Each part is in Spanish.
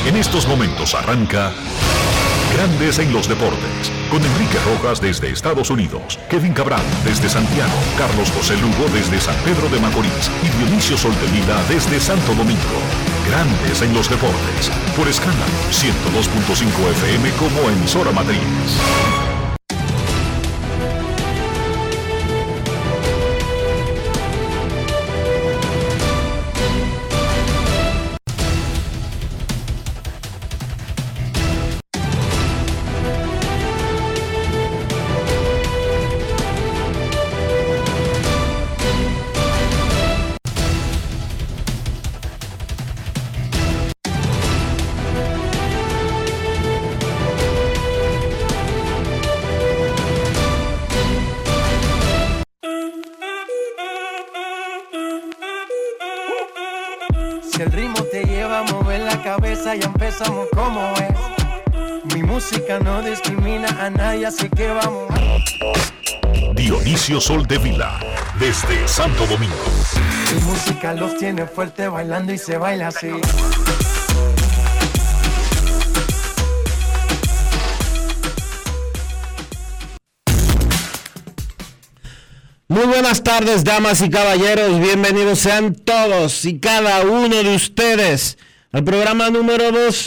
En estos momentos arranca Grandes en los Deportes, con Enrique Rojas desde Estados Unidos, Kevin Cabral desde Santiago, Carlos José Lugo desde San Pedro de Macorís y Dionisio Soltevila desde Santo Domingo. Grandes en los Deportes, por Escándalo 102.5 FM como emisora matriz. Ya empezamos como es. Mi música no discrimina a nadie, así que vamos. Dionisio Soltevila, desde Santo Domingo. Mi música los tiene fuerte bailando y se baila así. Muy buenas tardes, damas y caballeros. Bienvenidos sean todos y cada uno de ustedes al programa número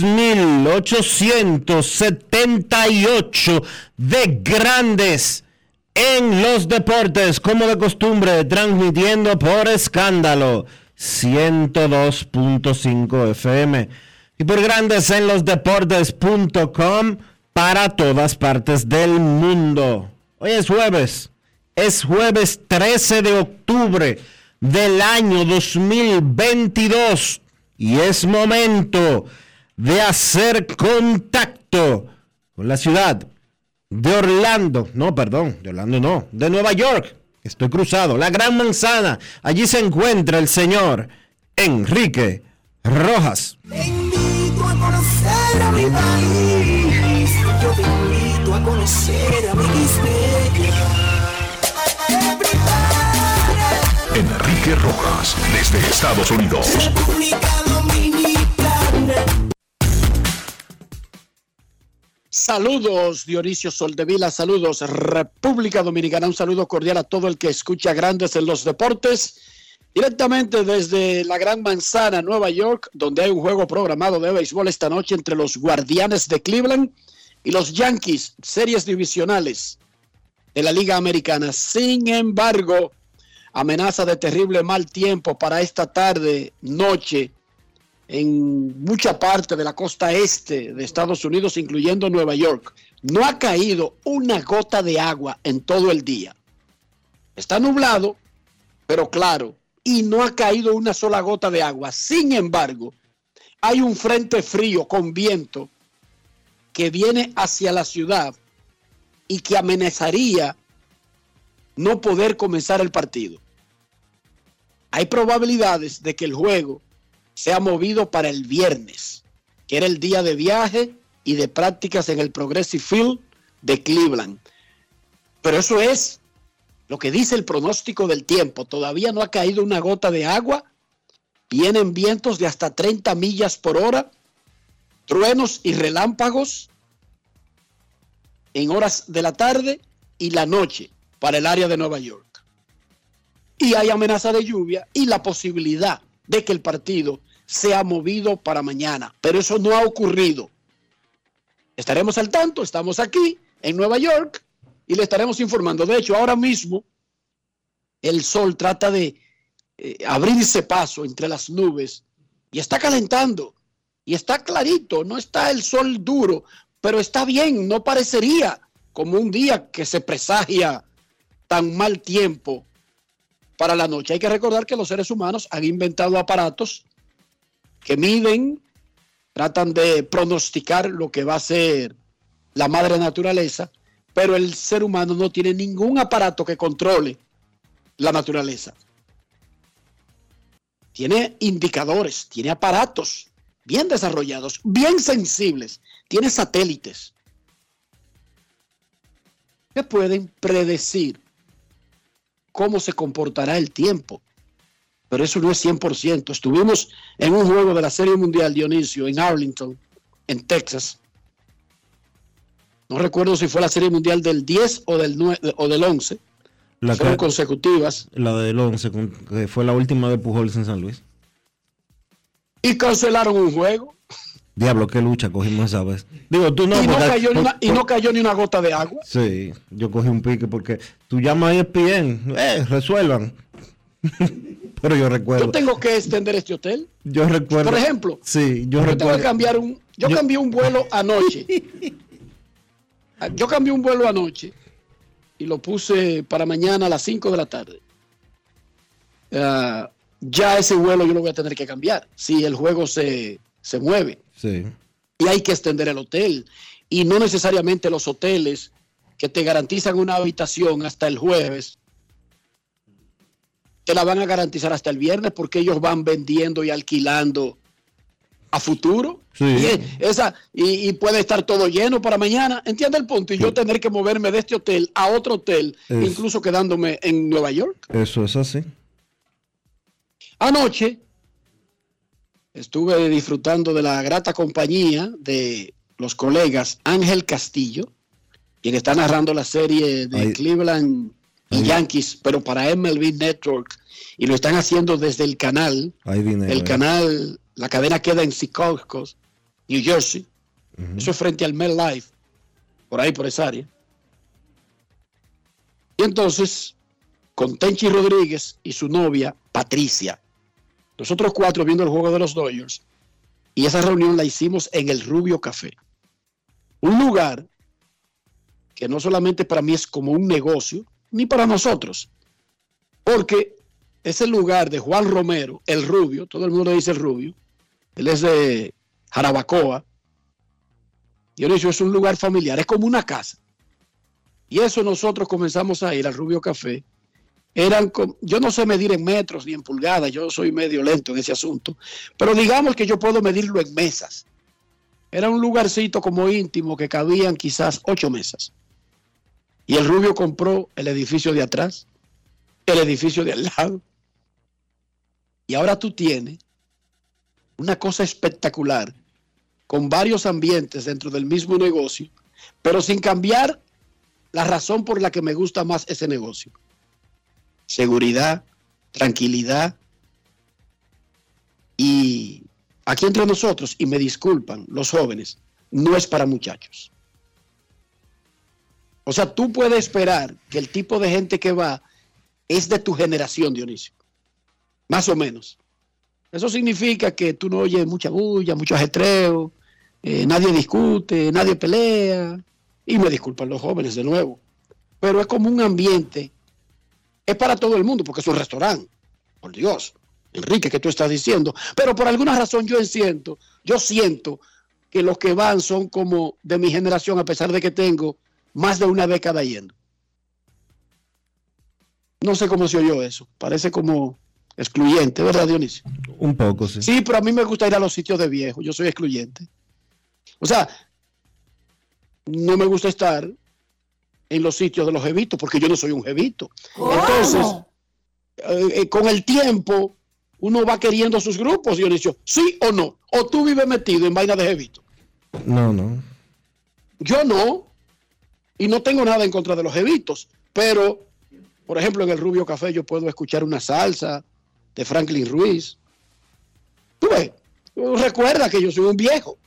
2878 de Grandes en los Deportes, como de costumbre, transmitiendo por Escándalo 102.5 FM y por grandesenlosdeportes.com para todas partes del mundo. Hoy es jueves 13 de octubre del año 2022. Y es momento de hacer contacto con la ciudad de de Nueva York. Estoy cruzado, la Gran Manzana. Allí se encuentra el señor Enrique Rojas. Te invito a conocer a mi país. Yo te invito a conocer a mi Enrique Rojas, desde Estados Unidos. República Dominicana. Saludos, Dionisio Soldevila, saludos, República Dominicana. Un saludo cordial a todo el que escucha Grandes en los Deportes. Directamente desde la Gran Manzana, Nueva York, donde hay un juego programado de béisbol esta noche entre los Guardianes de Cleveland y los Yankees, series divisionales de la Liga Americana. Sin embargo, amenaza de terrible mal tiempo para esta tarde, noche, en mucha parte de la costa este de Estados Unidos, incluyendo Nueva York. No ha caído una gota de agua en todo el día. Está nublado, pero claro, y no ha caído una sola gota de agua. Sin embargo, hay un frente frío con viento que viene hacia la ciudad y que amenazaría no poder comenzar el partido. Hay probabilidades de que el juego sea movido para el viernes, que era el día de viaje y de prácticas en el Progressive Field de Cleveland. Pero eso es lo que dice el pronóstico del tiempo. Todavía no ha caído una gota de agua. Vienen vientos de hasta 30 millas por hora, truenos y relámpagos en horas de la tarde y la noche para el área de Nueva York. Y hay amenaza de lluvia y la posibilidad de que el partido sea movido para mañana. Pero eso no ha ocurrido. Estaremos al tanto, estamos aquí en Nueva York y le estaremos informando. De hecho, ahora mismo el sol trata de abrirse paso entre las nubes y está calentando y está clarito. No está el sol duro, pero está bien. No parecería como un día que se presagia tan mal tiempo para la noche. Hay que recordar que los seres humanos han inventado aparatos que miden, tratan de pronosticar lo que va a ser la madre naturaleza, pero el ser humano no tiene ningún aparato que controle la naturaleza. Tiene indicadores, tiene aparatos bien desarrollados, bien sensibles, tiene satélites que pueden predecir cómo se comportará el tiempo. Pero eso no es 100%. Estuvimos en un juego de la Serie Mundial, Dionisio, en Arlington, en Texas. No recuerdo si fue la Serie Mundial del 10 o del 9, o del 11. Fueron consecutivas. La del 11, que fue la última de Pujols en San Luis. Y cancelaron un juego. Diablo, qué lucha cogimos esa vez. Digo, tú no. Y no cayó ni una gota de agua. Sí, yo cogí un pique porque tú llamas a ESPN, resuelvan. Pero yo recuerdo. Yo tengo que extender este hotel. Yo recuerdo. Por ejemplo. Sí, yo recuerdo. Tengo que cambiar yo cambié un vuelo anoche. Yo cambié un vuelo anoche y lo puse para mañana a las 5 de la tarde. Ya ese vuelo yo lo voy a tener que cambiar si el juego se mueve. Sí. Y hay que extender el hotel. Y no necesariamente los hoteles que te garantizan una habitación hasta el jueves te la van a garantizar hasta el viernes, porque ellos van vendiendo y alquilando a futuro. Sí. Y puede estar todo lleno para mañana. ¿Entiende el punto? Y yo tener que moverme de este hotel a otro hotel, incluso quedándome en Nueva York. Eso es así. Anoche estuve disfrutando de la grata compañía de los colegas Ángel Castillo, quien está narrando la serie de Cleveland y Yankees, pero para MLB Network, y lo están haciendo desde el canal. Canal, la cadena queda en Secaucus, New Jersey. Eso es frente al MetLife, por ahí, por esa área. Y entonces, con Tenchi Rodríguez y su novia, Patricia, nosotros 4 viendo el juego de los Dodgers, y esa reunión la hicimos en el Rubio Café. Un lugar que no solamente para mí es como un negocio, ni para nosotros, porque es el lugar de Juan Romero, el Rubio, todo el mundo le dice el Rubio, él es de Jarabacoa. Dionisio, es un lugar familiar, es como una casa. Y eso nosotros comenzamos a ir al Rubio Café. Yo no sé medir en metros ni en pulgadas, yo soy medio lento en ese asunto, pero digamos que yo puedo medirlo en mesas. Era un lugarcito como íntimo que cabían quizás 8 mesas. Y el Rubio compró el edificio de atrás, el edificio de al lado. Y ahora tú tienes una cosa espectacular, con varios ambientes dentro del mismo negocio, pero sin cambiar la razón por la que me gusta más ese negocio. Seguridad, tranquilidad. Y aquí entre nosotros, y me disculpan los jóvenes, no es para muchachos. O sea, tú puedes esperar que el tipo de gente que va es de tu generación, Dionisio. Más o menos. Eso significa que tú no oyes mucha bulla, mucho ajetreo, nadie discute, nadie pelea. Y me disculpan los jóvenes de nuevo. Pero es como un ambiente, es para todo el mundo, porque es un restaurante. Por Dios, Enrique, ¿qué tú estás diciendo? Pero por alguna razón yo siento que los que van son como de mi generación, a pesar de que tengo más de una década yendo. No sé cómo se oyó eso. Parece como excluyente, ¿verdad, Dionisio? Un poco, sí. Sí, pero a mí me gusta ir a los sitios de viejos. Yo soy excluyente. O sea, no me gusta estar en los sitios de los jevitos, porque yo no soy un jevito. Entonces, con el tiempo, uno va queriendo sus grupos, Dionisio. ¿Sí o no? ¿O tú vives metido en vaina de jevito? No. Yo no. Y no tengo nada en contra de los jevitos, pero, por ejemplo, en el Rubio Café yo puedo escuchar una salsa de Franklin Ruiz. Tú ves, recuerda que yo soy un viejo.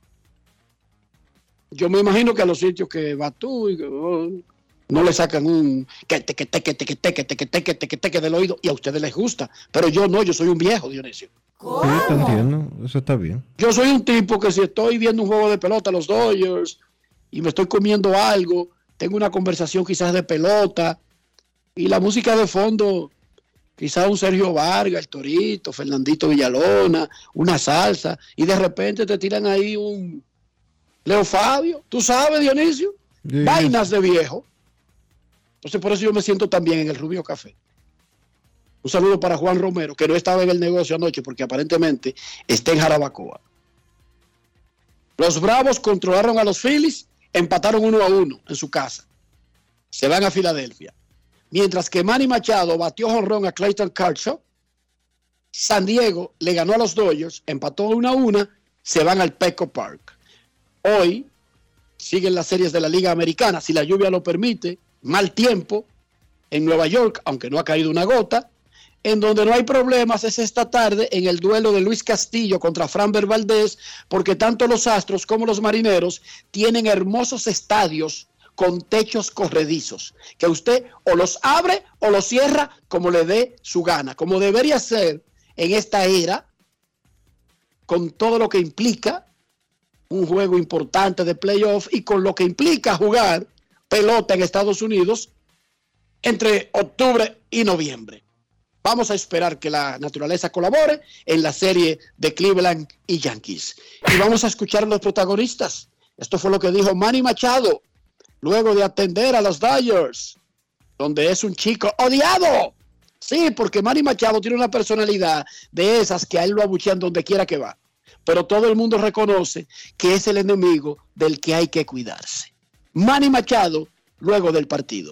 Yo me imagino que a los sitios que vas tú no le sacan un teque del oído, y a ustedes les gusta, pero yo no, yo soy un viejo, Dionisio. ¿Cómo? Sí, te entiendo, eso está bien. Yo soy un tipo que si estoy viendo un juego de pelota, los Dodgers, y me estoy comiendo algo, tengo una conversación quizás de pelota, y la música de fondo, quizás un Sergio Vargas, el Torito, Fernandito Villalona, una salsa, y de repente te tiran ahí un Leo Fabio, tú sabes, Dionisio, sí, vainas de viejo. Entonces por eso yo me siento también en el Rubio Café. Un saludo para Juan Romero, que no estaba en el negocio anoche porque aparentemente está en Jarabacoa. Los Bravos controlaron a los Phillies, empataron 1-1 en su casa. Se van a Filadelfia. Mientras que Manny Machado batió jonrón a Clayton Kershaw, San Diego le ganó a los Dodgers, empató 1-1, se van al Petco Park. Hoy siguen las series de la Liga Americana, si la lluvia lo permite, mal tiempo en Nueva York, aunque no ha caído una gota. En donde no hay problemas es esta tarde en el duelo de Luis Castillo contra Framber Valdez, porque tanto los Astros como los Marineros tienen hermosos estadios con techos corredizos, que usted o los abre o los cierra como le dé su gana, como debería ser en esta era, con todo lo que implica un juego importante de playoff y con lo que implica jugar pelota en Estados Unidos entre octubre y noviembre. Vamos a esperar que la naturaleza colabore en la serie de Cleveland y Yankees. Y vamos a escuchar a los protagonistas. Esto fue lo que dijo Manny Machado luego de atender a los Dodgers, donde es un chico odiado. Sí, porque Manny Machado tiene una personalidad de esas que a él lo abuchean donde quiera que va. Pero todo el mundo reconoce que es el enemigo del que hay que cuidarse. Manny Machado, luego del partido.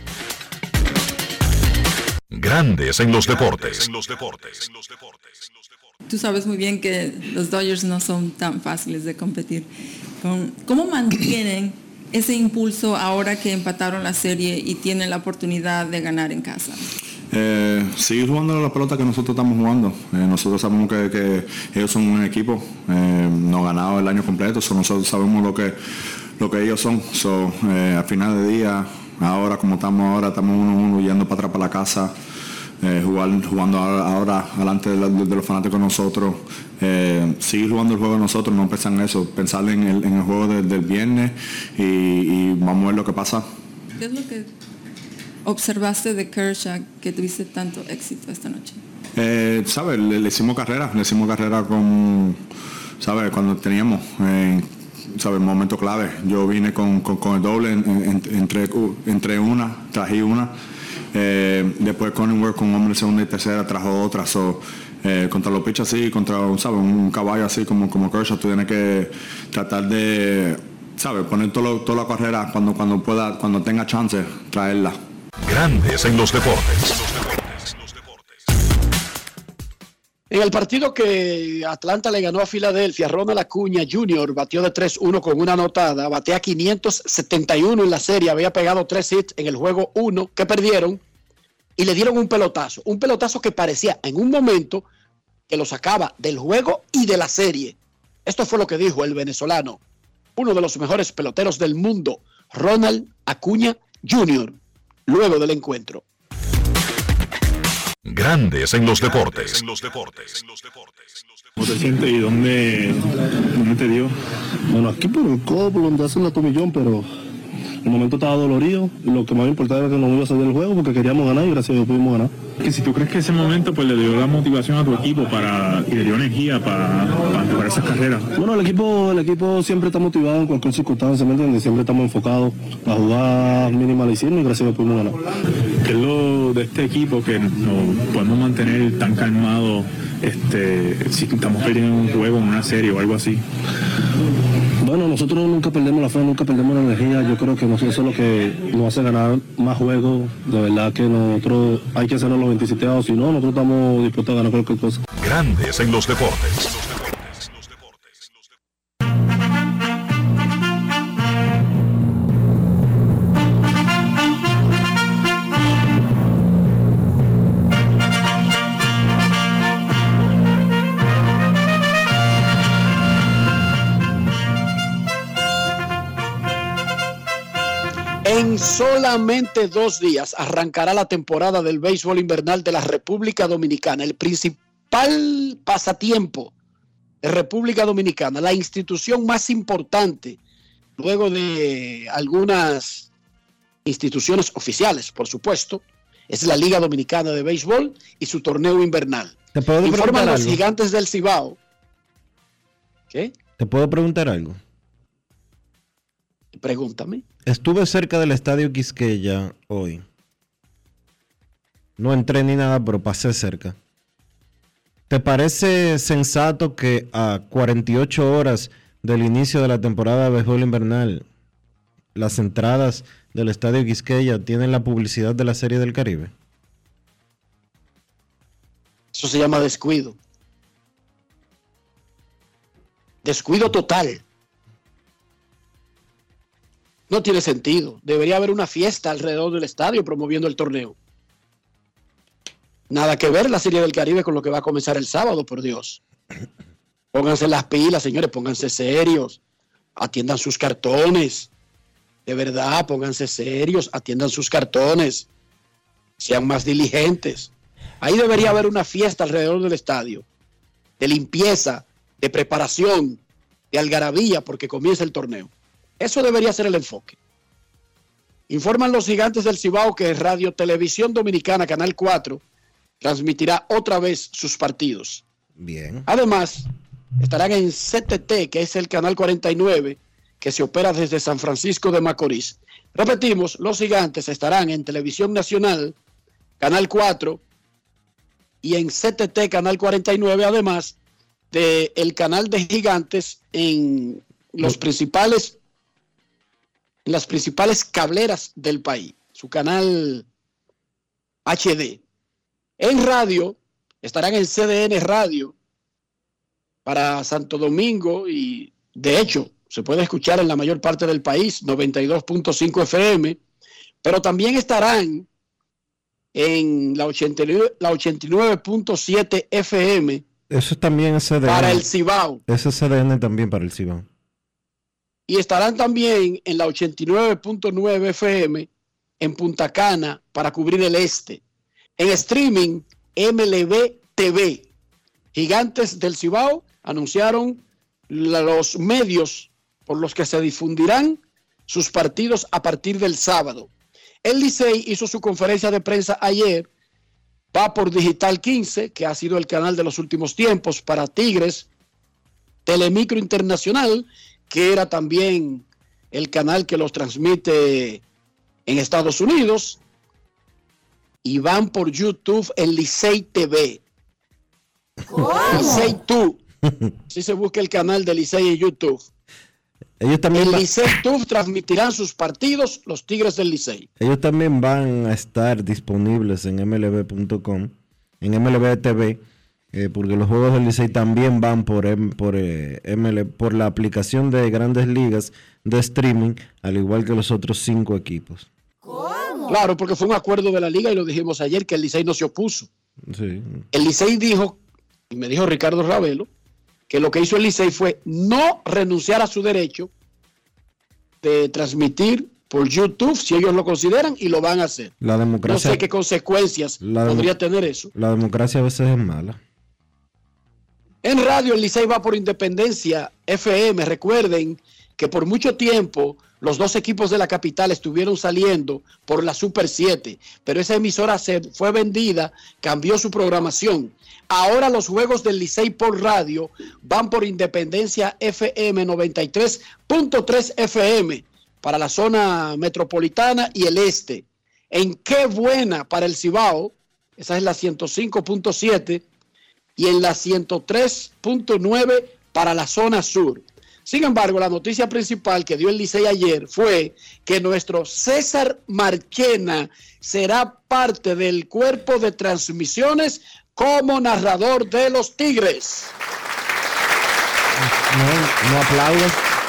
Grandes en los deportes. Tú sabes muy bien que los Dodgers no son tan fáciles de competir. ¿Cómo mantienen ese impulso ahora que empataron la serie y tienen la oportunidad de ganar en casa? Seguir jugando la pelota que nosotros estamos jugando. Nosotros sabemos que ellos son un equipo, no ganado el año completo, nosotros sabemos lo que ellos son. Al final de día, ahora como estamos ahora, estamos 1-1 yendo para atrás para la casa, jugando ahora delante de los fanáticos nosotros, seguir jugando el juego de nosotros, no pensar en eso, pensar en el juego del viernes y vamos a ver lo que pasa. ¿Qué es lo que observaste de Kershaw que tuviste tanto éxito esta noche? ¿Sabes? Le hicimos carrera con, ¿sabes? Cuando teníamos, ¿sabes? Momento clave. Yo vine con el doble entre una, traje una. Después Cronenworth con hombre segunda y tercera trajo otra. Contra los pitchers así, contra, ¿sabes? Un caballo así como Kershaw, tú tienes que tratar de, ¿sabes? Poner toda la carrera cuando pueda, cuando tenga chance, traerla. Grandes en los deportes. En el partido que Atlanta le ganó a Filadelfia, Ronald Acuña Jr. batió de 3-1 con una anotada, batea 571 en la serie, había pegado 3 hits en el juego 1 que perdieron y le dieron un pelotazo que parecía en un momento que lo sacaba del juego y de la serie. Esto fue lo que dijo el venezolano, uno de los mejores peloteros del mundo, Ronald Acuña Jr., luego del encuentro. Grandes en los deportes. ¿Cómo te sientes y dónde te dio? Bueno, aquí por el codo, por donde hacen la tomillón, pero el momento estaba dolorido y lo que más importaba era que no iba a salir del juego porque queríamos ganar y gracias a Dios pudimos ganar. Que si tú crees que ese momento pues le dio la motivación a tu equipo y le dio energía para esas carreras. Bueno, el equipo siempre está motivado en cualquier circunstancia, ¿me entiendes? Siempre estamos enfocados a jugar mínima y gracias a Dios pudimos ganar. ¿Qué es lo de este equipo que nos podemos mantener tan calmados si estamos perdiendo un juego, en una serie o algo así? Bueno, nosotros nunca perdemos la fe, nunca perdemos la energía. Yo creo que eso es lo que nos hace ganar más juegos. De verdad que nosotros hay que hacerlo los 27 avos, si no, nosotros estamos dispuestos a ganar cualquier cosa. Grandes en los deportes. En solamente 2 días arrancará la temporada del béisbol invernal de la República Dominicana, el principal pasatiempo de República Dominicana, la institución más importante, luego de algunas instituciones oficiales, por supuesto, es la Liga Dominicana de Béisbol y su torneo invernal. ¿Te puedo Informan los algo? Gigantes del Cibao. ¿Qué? ¿Te puedo preguntar algo? Pregúntame. Estuve cerca del Estadio Quisqueya hoy. No entré ni nada, pero pasé cerca. ¿Te parece sensato que a 48 horas del inicio de la temporada de béisbol invernal, las entradas del Estadio Quisqueya tienen la publicidad de la Serie del Caribe? Eso se llama descuido. Descuido total. No tiene sentido. Debería haber una fiesta alrededor del estadio promoviendo el torneo. Nada que ver la Serie del Caribe con lo que va a comenzar el sábado, por Dios. Pónganse las pilas, señores, pónganse serios. Atiendan sus cartones. De verdad, pónganse serios, atiendan sus cartones. Sean más diligentes. Ahí debería haber una fiesta alrededor del estadio. De limpieza, de preparación, de algarabía, porque comienza el torneo. Eso debería ser el enfoque. Informan los Gigantes del Cibao que Radio Televisión Dominicana, Canal 4, transmitirá otra vez sus partidos. Bien. Además, estarán en CTT, que es el Canal 49, que se opera desde San Francisco de Macorís. Repetimos, los Gigantes estarán en Televisión Nacional, Canal 4, y en CTT, Canal 49, además del canal de Gigantes en las principales cableras del país, su canal HD. En radio, estarán en CDN Radio para Santo Domingo y, de hecho, se puede escuchar en la mayor parte del país, 92.5 FM, pero también estarán en la 89.7 FM. Eso también es CDN. Para el Cibao. Ese es CDN también para el Cibao. Y estarán también en la 89.9 FM en Punta Cana para cubrir el este. En streaming, MLB TV. Gigantes del Cibao anunciaron los medios por los que se difundirán sus partidos a partir del sábado. El Licey hizo su conferencia de prensa ayer. Va por Digital 15, que ha sido el canal de los últimos tiempos para Tigres. Telemicro Internacional, que era también el canal que los transmite en Estados Unidos. Y van por YouTube en Licey TV. Licey 2. Si se busca el canal de Licey en YouTube. Ellos también en Licey 2 transmitirán sus partidos los Tigres del Licey. Ellos también van a estar disponibles en mlb.com, en MLB TV, porque los juegos del Licey también van por la aplicación de Grandes Ligas de streaming, al igual que los otros 5 equipos. ¿Cómo? Claro, porque fue un acuerdo de la liga y lo dijimos ayer que el Licey no se opuso. Sí. El Licey dijo, y me dijo Ricardo Ravelo, que lo que hizo el Licey fue no renunciar a su derecho de transmitir por YouTube, si ellos lo consideran, y lo van a hacer. La democracia, no sé qué consecuencias podría tener eso. La democracia a veces es mala. En radio, el Licey va por Independencia FM. Recuerden que por mucho tiempo los dos equipos de la capital estuvieron saliendo por la Super 7, pero esa emisora se fue vendida, cambió su programación. Ahora los juegos del Licey por radio van por Independencia FM 93.3 FM para la zona metropolitana y el este. En Qué Buena para el Cibao, esa es la 105.7, y en la 103.9 para la zona sur. Sin embargo, la noticia principal que dio el Licey ayer fue que nuestro César Marchena será parte del cuerpo de transmisiones como narrador de los Tigres. No aplaudo.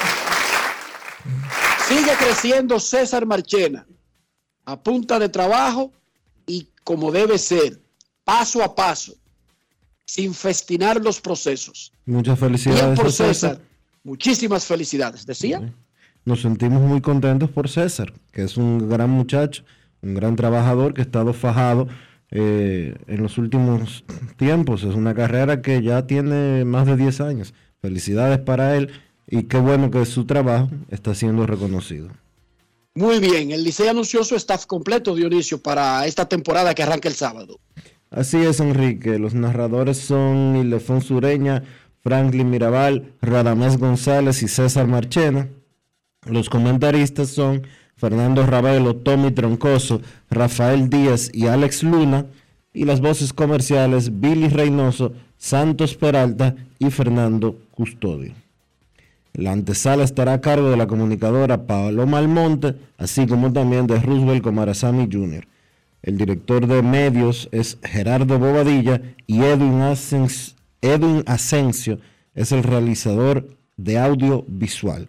Sigue creciendo César Marchena a punta de trabajo y como debe ser, paso a paso, sin festinar los procesos. Muchas felicidades. Bien por César. Muchísimas felicidades. ¿Decía? Nos sentimos muy contentos por César, que es un gran muchacho, un gran trabajador que ha estado fajado en los últimos tiempos. Es una carrera que ya tiene más de 10 años. Felicidades para él y qué bueno que su trabajo está siendo reconocido. Muy bien, el Licey anunció su staff completo, Dionisio, para esta temporada que arranca el sábado. Así es, Enrique. Los narradores son Ildefonso Ureña, Franklin Mirabal, Radamés González y César Marchena. Los comentaristas son Fernando Ravelo, Tommy Troncoso, Rafael Díaz y Alex Luna. Y las voces comerciales, Billy Reynoso, Santos Peralta y Fernando Custodio. La antesala estará a cargo de la comunicadora Paloma Almonte, así como también de Roosevelt Comarazami Jr. El director de medios es Gerardo Bobadilla y Edwin Asensio es el realizador de audiovisual.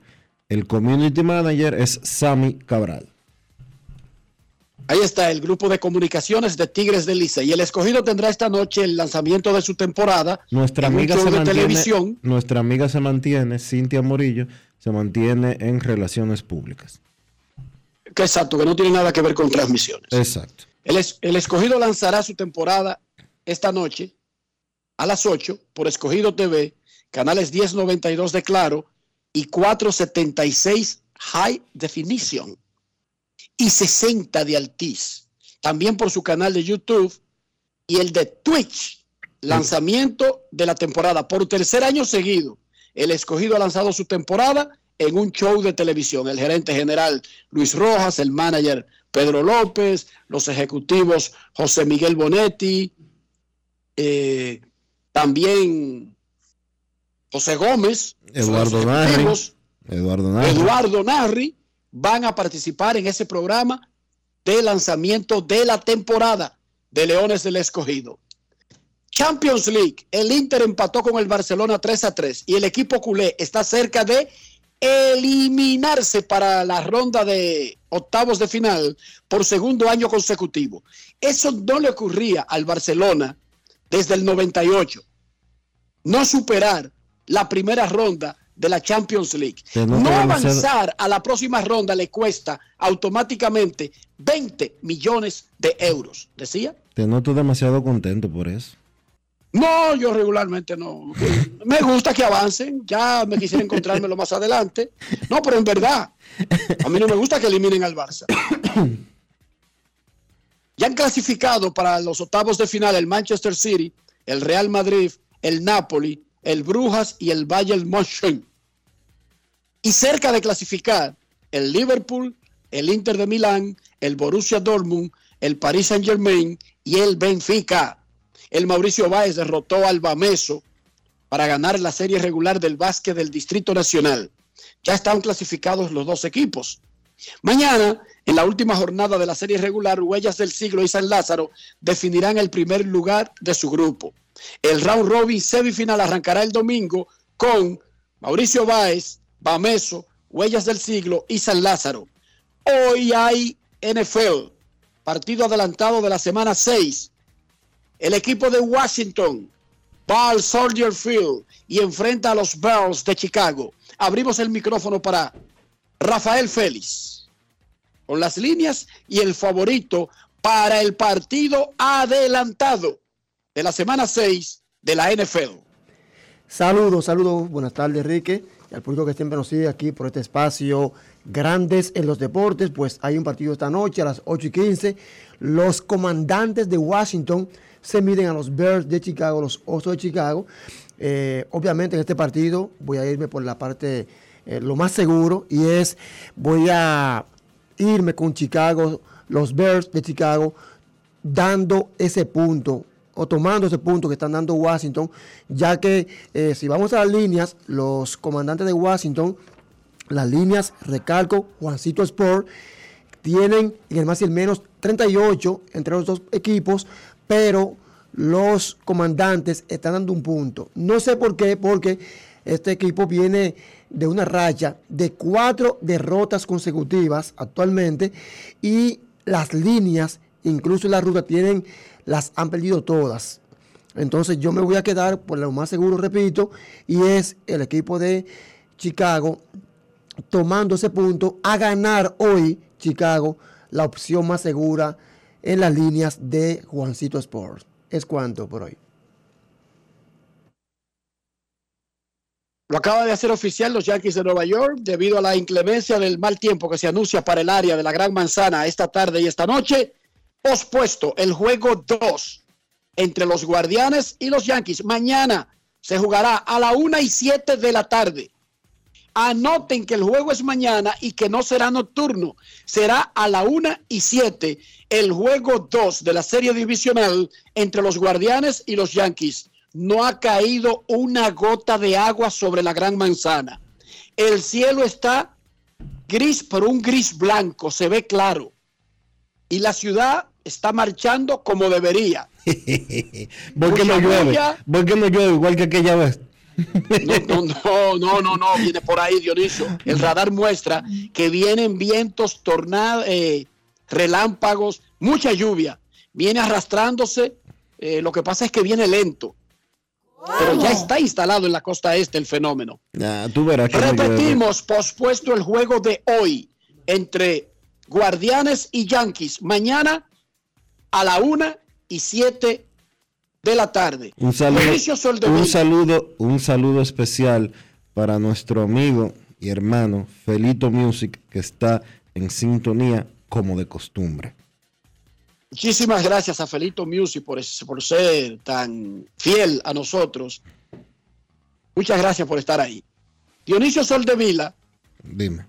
El community manager es Sammy Cabral. Ahí está el grupo de comunicaciones de Tigres del Licey. Y el Escogido tendrá esta noche el lanzamiento de su temporada. Nuestra amiga se mantiene, Cintia Morillo, se mantiene en relaciones públicas. Exacto, que no tiene nada que ver con transmisiones. Exacto. El Escogido lanzará su temporada esta noche a las 8 por Escogido TV, canales 1092 de Claro y 476 High Definition y 60 de Altiz. También por su canal de YouTube y el de Twitch. Lanzamiento de la temporada. Por tercer año seguido, el Escogido ha lanzado su temporada en un show de televisión. El gerente general Luis Rojas, el manager Pedro López, los ejecutivos José Miguel Bonetti, también José Gómez, Eduardo Narri, van a participar en ese programa de lanzamiento de la temporada de Leones del Escogido. Champions League, el Inter empató con el Barcelona 3-3 y el equipo culé está cerca de eliminarse para la ronda de octavos de final por segundo año consecutivo. Eso no le ocurría al Barcelona desde el 98. No superar la primera ronda de la Champions League. No avanzar a la próxima ronda le cuesta automáticamente 20 millones de euros. ¿Decía? Te noto demasiado contento por eso. No, yo regularmente no. Me gusta que avancen. Ya me quisiera encontrármelo más adelante. No, pero en verdad, a mí no me gusta que eliminen al Barça. Ya han clasificado para los octavos de final el Manchester City, el Real Madrid, el Napoli, el Brujas y el Bayern München. Y cerca de clasificar el Liverpool, el Inter de Milán, el Borussia Dortmund, el Paris Saint-Germain y el Benfica. El Mauricio Báez derrotó al Bameso para ganar la serie regular del básquet del Distrito Nacional. Ya están clasificados los dos equipos. Mañana, en la última jornada de la serie regular, Huellas del Siglo y San Lázaro definirán el primer lugar de su grupo. El round robin semifinal arrancará el domingo con Mauricio Báez, Bameso, Huellas del Siglo y San Lázaro. Hoy hay NFL, partido adelantado de la semana 6. El equipo de Washington va al Soldier Field y enfrenta a los Bears de Chicago. Abrimos el micrófono para Rafael Félix con las líneas y el favorito para el partido adelantado de la semana 6 de la NFL. Saludos, buenas tardes, Enrique, y al público que siempre nos sigue aquí por este espacio Grandes en los Deportes. Pues hay un partido esta noche a las 8:15. Los Comandantes de Washington se miden a los Bears de Chicago, los Osos de Chicago. Obviamente en este partido voy a irme por la parte lo más seguro, y voy a irme con Chicago, los Bears de Chicago, dando ese punto o tomando ese punto que están dando Washington, ya que si vamos a las líneas, los Comandantes de Washington, las líneas, recalco, Juancito Sport, tienen en el más y el menos 38 entre los dos equipos, pero los Comandantes están dando un punto. No sé por qué, porque este equipo viene de una racha de 4 derrotas consecutivas actualmente, y las líneas, incluso la ruta, las han perdido todas. Entonces yo me voy a quedar por lo más seguro, repito, y es el equipo de Chicago tomando ese punto, a ganar hoy Chicago, la opción más segura en las líneas de Juancito Sports. Es cuanto por hoy. Lo acaba de hacer oficial los Yankees de Nueva York debido a la inclemencia del mal tiempo que se anuncia para el área de la Gran Manzana esta tarde y esta noche. Pospuesto el juego 2 entre los Guardianes y los Yankees. Mañana se jugará a la 1:07 de la tarde. Anoten que el juego es mañana y que no será nocturno. Será a la 1:07 el juego 2 de la serie divisional entre los Guardianes y los Yankees. No ha caído una gota de agua sobre la Gran Manzana. El cielo está gris, pero un gris blanco, se ve claro. Y la ciudad está marchando como debería. ¿Por qué no llueve? ¿Por qué no llueve igual que aquella vez? No, viene por ahí, Dionisio. El radar muestra que vienen vientos, tornados, relámpagos, mucha lluvia. Viene arrastrándose, lo que pasa es que viene lento. Pero ya está instalado en la costa este el fenómeno. Tú verás que repetimos, pospuesto el juego de hoy entre Guardianes y Yankees. Mañana a la 1:07 de la tarde. Un saludo especial para nuestro amigo y hermano Felito Music, que está en sintonía como de costumbre. Muchísimas gracias a Felito Music por ser tan fiel a nosotros. Muchas gracias por estar ahí. Dionisio Soldevila. Dime.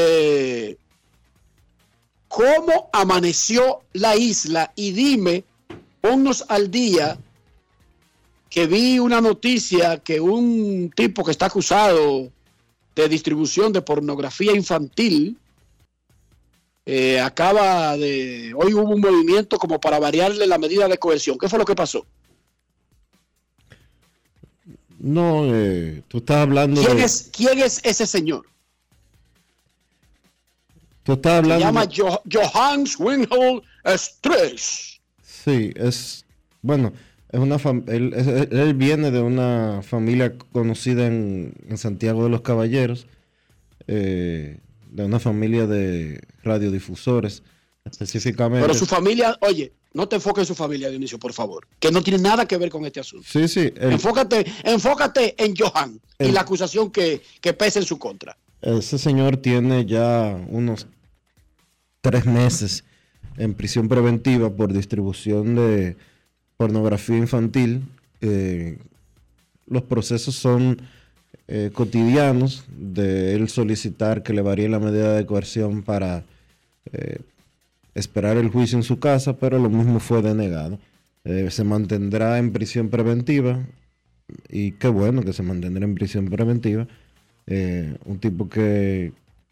¿Cómo amaneció la isla? Y dime, ponnos al día, que vi una noticia que un tipo que está acusado de distribución de pornografía infantil hoy hubo un movimiento como para variarle la medida de coerción. ¿Qué fue lo que pasó? No, tú estás hablando ¿Quién es ese señor? Tú estás hablando... Se llama Johannes Winghold Stress. Sí, es una él viene de una familia conocida en Santiago de los Caballeros, de una familia de radiodifusores, específicamente. Pero su familia, oye, no te enfoques en su familia, Dionisio, por favor, que no tiene nada que ver con este asunto. Sí. Enfócate en Johan y la acusación que pesa en su contra. Ese señor tiene ya unos 3 meses en prisión preventiva por distribución de pornografía infantil. Los procesos son cotidianos de él solicitar que le varíe la medida de coerción para esperar el juicio en su casa, pero lo mismo fue denegado. Se mantendrá en prisión preventiva, y qué bueno que se mantendrá en prisión preventiva. Un tipo que,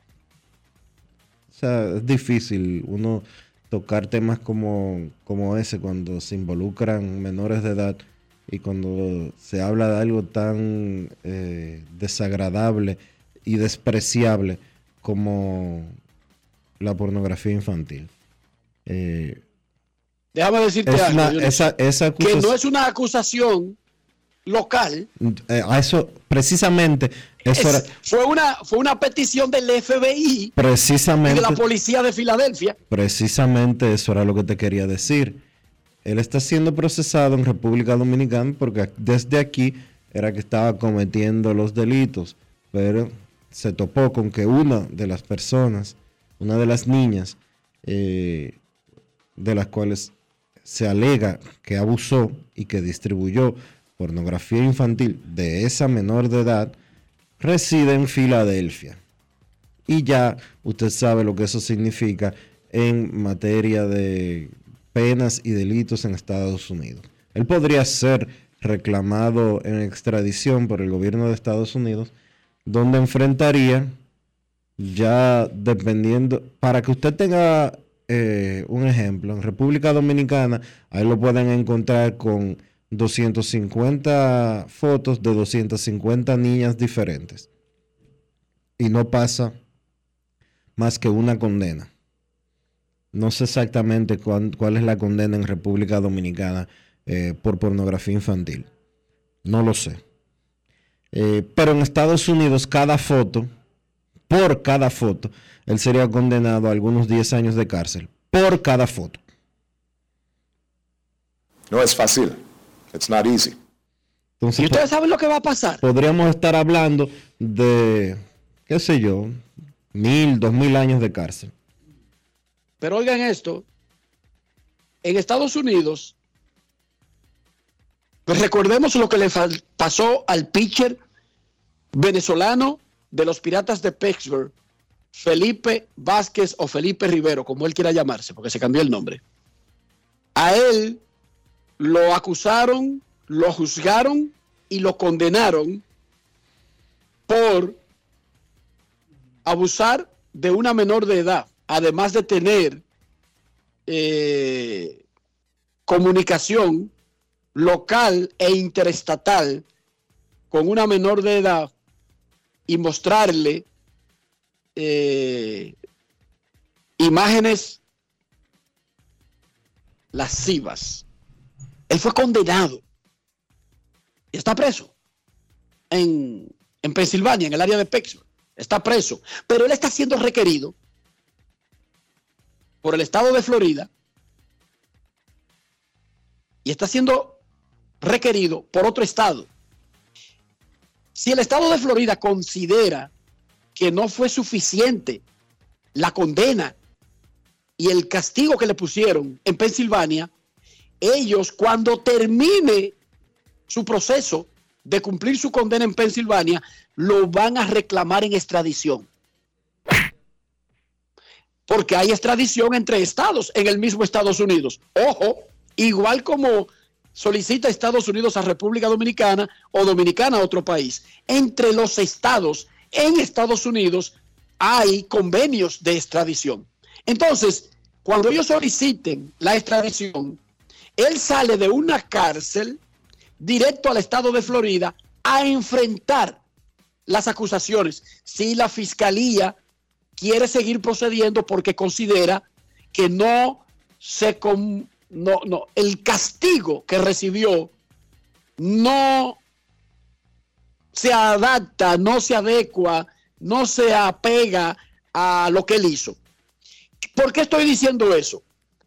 o sea, es difícil uno tocar temas como ese cuando se involucran menores de edad y cuando se habla de algo tan desagradable y despreciable como la pornografía infantil. Déjame decirte algo, esa que no es una acusación local. A eso, precisamente, fue una petición del FBI precisamente, y de la policía de Filadelfia. Precisamente eso era lo que te quería decir. Él está siendo procesado en República Dominicana porque desde aquí era que estaba cometiendo los delitos, pero se topó con que una de las niñas de las cuales se alega que abusó y que distribuyó pornografía infantil de esa menor de edad, reside en Filadelfia. Y ya usted sabe lo que eso significa en materia de penas y delitos en Estados Unidos. Él podría ser reclamado en extradición por el gobierno de Estados Unidos, donde enfrentaría, ya dependiendo, para que usted tenga un ejemplo, en República Dominicana, ahí lo pueden encontrar con 250 fotos de 250 niñas diferentes. Y no pasa más que una condena. No sé exactamente cuál es la condena en República Dominicana por pornografía infantil. No lo sé. Pero en Estados Unidos, por cada foto, él sería condenado a algunos 10 años de cárcel. Por cada foto. No es fácil. It's not easy. Entonces, ¿y ustedes saben lo que va a pasar? Podríamos estar hablando de, qué sé yo, 1,000, 2,000 años de cárcel. Pero oigan esto, en Estados Unidos, pues recordemos lo que le pasó al pitcher venezolano de los Piratas de Pittsburgh, Felipe Vázquez o Felipe Rivero, como él quiera llamarse, porque se cambió el nombre. A él lo acusaron, lo juzgaron y lo condenaron por abusar de una menor de edad, además de tener comunicación local e interestatal con una menor de edad y mostrarle imágenes lascivas. Él fue condenado y está preso en Pensilvania, en el área de Pittsburgh. Está preso, pero él está siendo requerido por el estado de Florida y está siendo requerido por otro estado. Si el estado de Florida considera que no fue suficiente la condena y el castigo que le pusieron en Pensilvania, ellos, cuando termine su proceso de cumplir su condena en Pensilvania, lo van a reclamar en extradición. Porque hay extradición entre estados en el mismo Estados Unidos. Ojo, igual como solicita Estados Unidos a República Dominicana o Dominicana a otro país. Entre los estados en Estados Unidos hay convenios de extradición. Entonces, cuando ellos soliciten la extradición, él sale de una cárcel directo al estado de Florida a enfrentar las acusaciones. Si la fiscalía quiere seguir procediendo porque considera que el castigo que recibió no se adapta, no se adecua, no se apega a lo que él hizo. ¿Por qué estoy diciendo eso?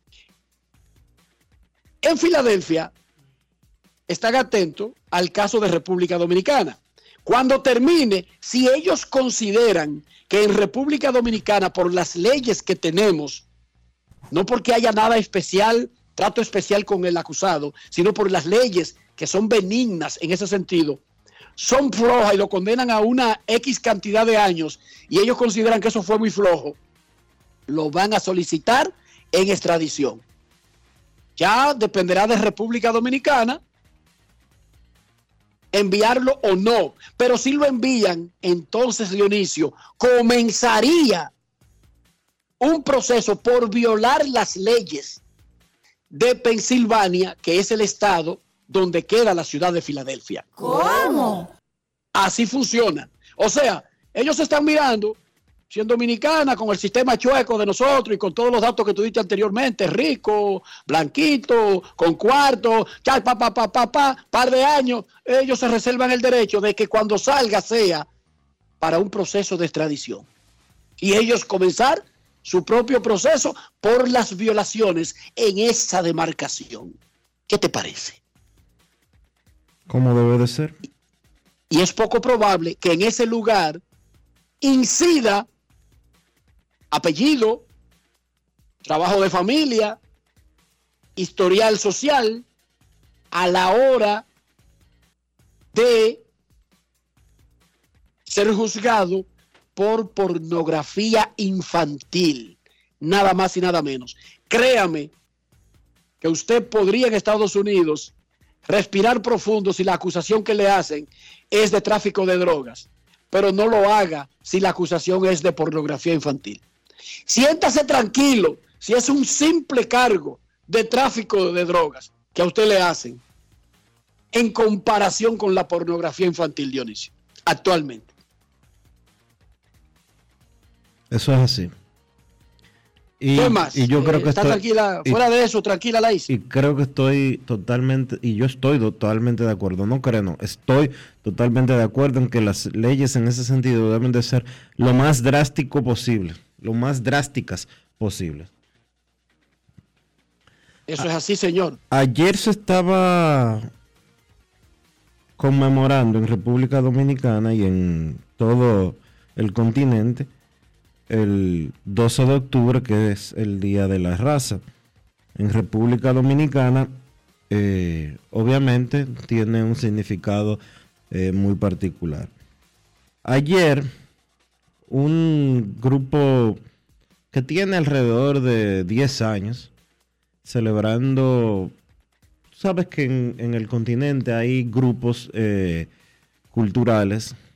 En Filadelfia están atentos al caso de República Dominicana. Cuando termine, si ellos consideran que en República Dominicana, por las leyes que tenemos, no porque haya nada especial, trato especial con el acusado, sino por las leyes que son benignas en ese sentido, son flojas y lo condenan a una X cantidad de años y ellos consideran que eso fue muy flojo, lo van a solicitar en extradición. Ya dependerá de República Dominicana enviarlo o no, pero si lo envían, entonces, Dionisio, comenzaría un proceso por violar las leyes de Pensilvania, que es el estado donde queda la ciudad de Filadelfia. ¿Cómo? Así funciona. O sea, ellos están mirando, siendo dominicana, con el sistema chueco de nosotros y con todos los datos que tú diste anteriormente, rico, blanquito, con cuarto, par de años, ellos se reservan el derecho de que cuando salga sea para un proceso de extradición. Y ellos comenzar su propio proceso por las violaciones en esa demarcación. ¿Qué te parece? ¿Cómo debe de ser? Y es poco probable que en ese lugar incida apellido, trabajo de familia, historial social, a la hora de ser juzgado por pornografía infantil, nada más y nada menos. Créame que usted podría en Estados Unidos respirar profundo si la acusación que le hacen es de tráfico de drogas, pero no lo haga si la acusación es de pornografía infantil. Siéntase tranquilo si es un simple cargo de tráfico de drogas que a usted le hacen en comparación con la pornografía infantil, Dionisio, actualmente. Eso es así. ¿Qué más? Y yo creo que está tranquila, fuera de eso, tranquila, Laís. Y creo que estoy totalmente de acuerdo. No creo, no. Estoy totalmente de acuerdo en que las leyes en ese sentido deben de ser lo más drástico posible, lo más drásticas posible. Eso es así, señor. Ayer se estaba conmemorando en República Dominicana y en todo el continente el 12 de octubre, que es el Día de la Raza. En República Dominicana, obviamente, tiene un significado muy particular. Ayer, un grupo que tiene alrededor de 10 años, celebrando, sabes que en el continente hay grupos culturales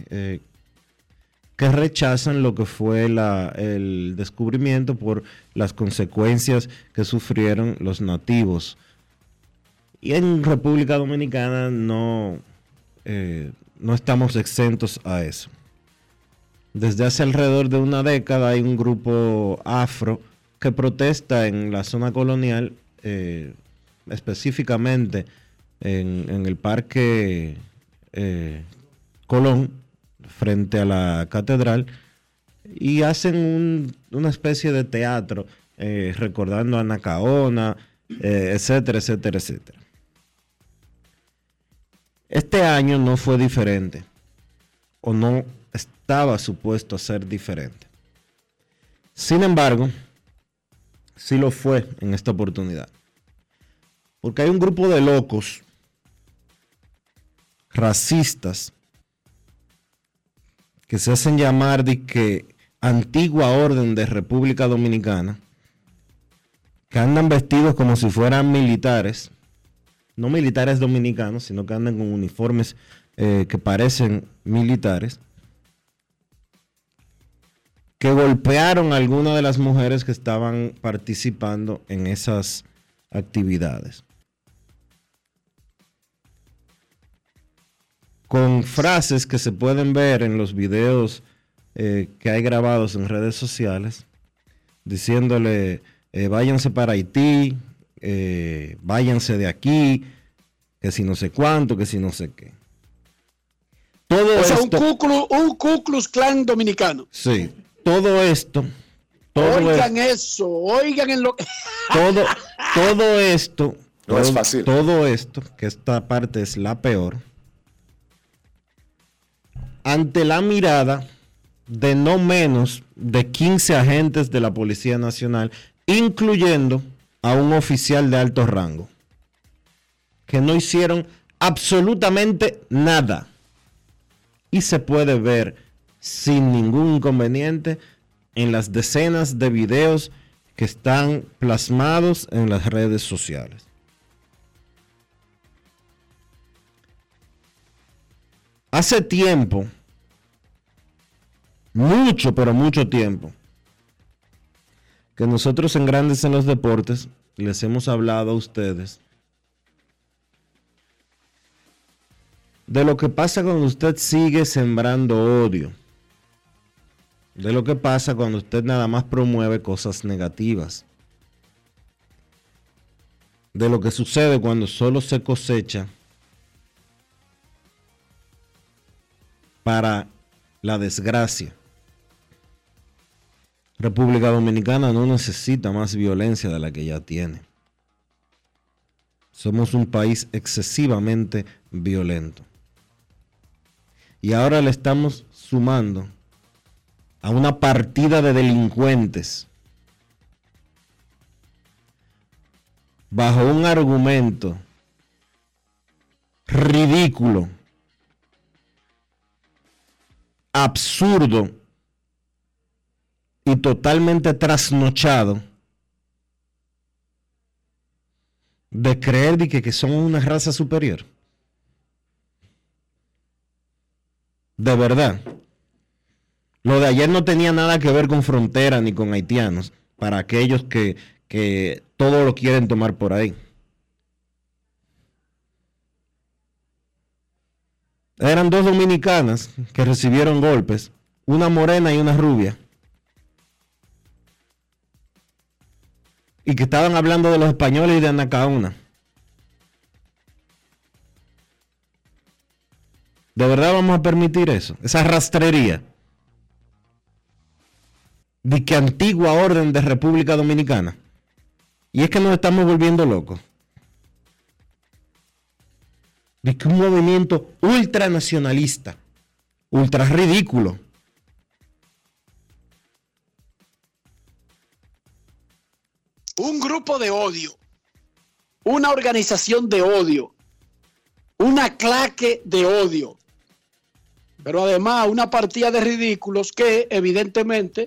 que rechazan lo que fue el descubrimiento por las consecuencias que sufrieron los nativos. Y en República Dominicana no no estamos exentos a eso. Desde hace alrededor de una década hay un grupo afro que protesta en la zona colonial, específicamente en el Parque Colón, frente a la catedral, y hacen una especie de teatro recordando a Nacaona, etcétera, etcétera, etcétera. Este año no fue diferente, o no estaba supuesto a ser diferente. Sin embargo, sí lo fue en esta oportunidad, porque hay un grupo de locos racistas que se hacen llamar de que Antigua Orden de República Dominicana, que andan vestidos como si fueran militares, no militares dominicanos, sino que andan con uniformes que parecen militares, que golpearon a algunas de las mujeres que estaban participando en esas actividades. Con frases que se pueden ver en los videos que hay grabados en redes sociales, diciéndole váyanse para Haití, váyanse de aquí, que si no sé cuánto, que si no sé qué. Todo o sea, esto, un Ku Klux Klan dominicano. Sí, todo esto. Oigan eso, oigan en lo todo esto. No es fácil. Todo esto, que esta parte es la peor, ante la mirada de no menos de 15 agentes de la Policía Nacional, incluyendo a un oficial de alto rango, que no hicieron absolutamente nada. Y se puede ver sin ningún inconveniente en las decenas de videos que están plasmados en las redes sociales. Hace tiempo, mucho, pero mucho tiempo, que nosotros en Grandes en los Deportes les hemos hablado a ustedes de lo que pasa cuando usted sigue sembrando odio, de lo que pasa cuando usted nada más promueve cosas negativas, de lo que sucede cuando solo se cosecha para la desgracia. República Dominicana no necesita más violencia de la que ya tiene. Somos un país excesivamente violento. Y ahora le estamos sumando a una partida de delincuentes bajo un argumento ridículo, absurdo y totalmente trasnochado de creer de que son una raza superior. De verdad. Lo de ayer no tenía nada que ver con frontera ni con haitianos, para aquellos que todo lo quieren tomar por ahí. Eran dos dominicanas que recibieron golpes, una morena y una rubia, y que estaban hablando de los españoles y de Anacaona. ¿De verdad vamos a permitir eso? Esa rastrería de que Antigua Orden de República Dominicana. Y es que nos estamos volviendo locos. De que un movimiento ultranacionalista, ultra ridículo, un grupo de odio, una organización de odio, una claque de odio, pero además una partida de ridículos que evidentemente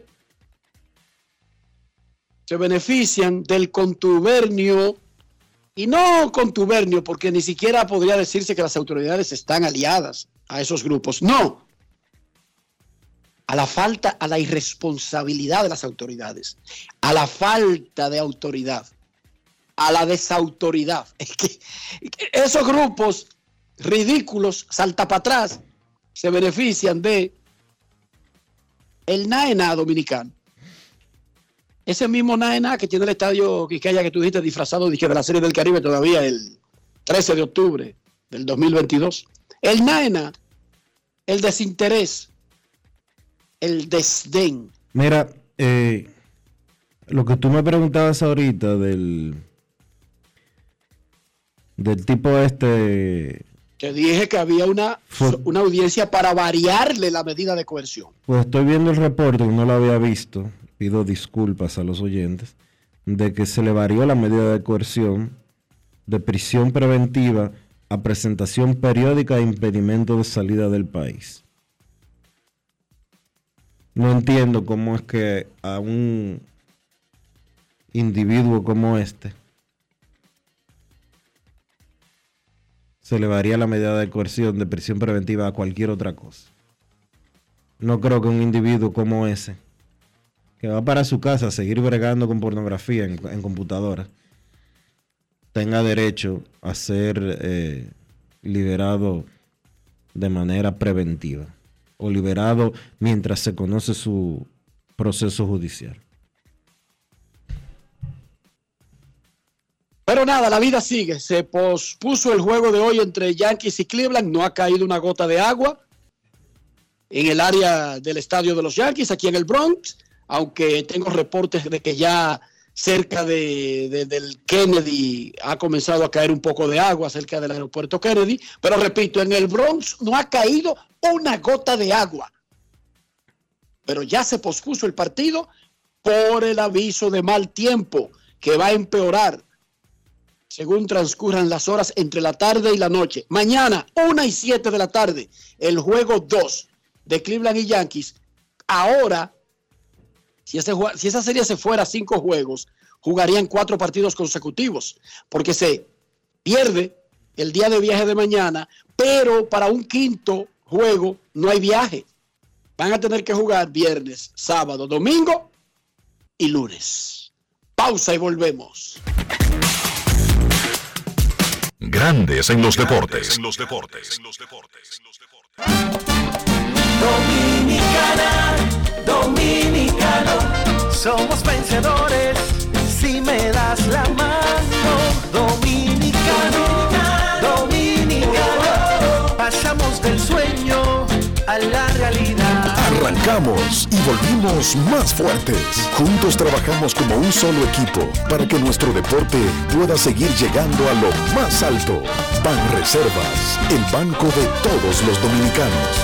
se benefician del contubernio, y no contubernio porque ni siquiera podría decirse que las autoridades están aliadas a esos grupos, no, a la falta, a la irresponsabilidad de las autoridades, a la falta de autoridad, a la desautoridad. Es que esos grupos ridículos, salta para atrás, se benefician de el NAENA dominicano. Ese mismo NAENA que tiene el estadio Quisqueya que tú dijiste disfrazado de la Serie del Caribe todavía el 13 de octubre del 2022. El NAENA, el desinterés, el desdén. Mira, lo que tú me preguntabas ahorita del tipo Te dije que había una audiencia para variarle la medida de coerción. Pues estoy viendo el reporte, no lo había visto, pido disculpas a los oyentes, de que se le varió la medida de coerción de prisión preventiva a presentación periódica e impedimento de salida del país. No entiendo cómo es que a un individuo como este se le varía la medida de coerción de prisión preventiva a cualquier otra cosa. No creo que un individuo como ese, que va para su casa a seguir bregando con pornografía en computadora, tenga derecho a ser liberado de manera preventiva o liberado mientras se conoce su proceso judicial. Pero nada, la vida sigue. Se pospuso el juego de hoy entre Yankees y Cleveland. No ha caído una gota de agua en el área del estadio de los Yankees, aquí en el Bronx, aunque tengo reportes de que ya cerca del Kennedy ha comenzado a caer un poco de agua, cerca del aeropuerto Kennedy. Pero repito, en el Bronx no ha caído una gota de agua. Pero ya se pospuso el partido por el aviso de mal tiempo que va a empeorar según transcurran las horas entre la tarde y la noche. Mañana, 1:07 de la tarde, el juego 2 de Cleveland y Yankees. Ahora, si esa serie se fuera a 5 juegos, jugarían 4 partidos consecutivos, porque se pierde el día de viaje de mañana, pero para un quinto juego no hay viaje. Van a tener que jugar viernes, sábado, domingo y lunes. Pausa y volvemos. Grandes en los deportes. Dominicana, dominicano, somos vencedores si me das la mano. Dominicano, dominicano, pasamos del sueño a la realidad. Arrancamos y volvimos más fuertes. Juntos trabajamos como un solo equipo para que nuestro deporte pueda seguir llegando a lo más alto. Banreservas, el banco de todos los dominicanos.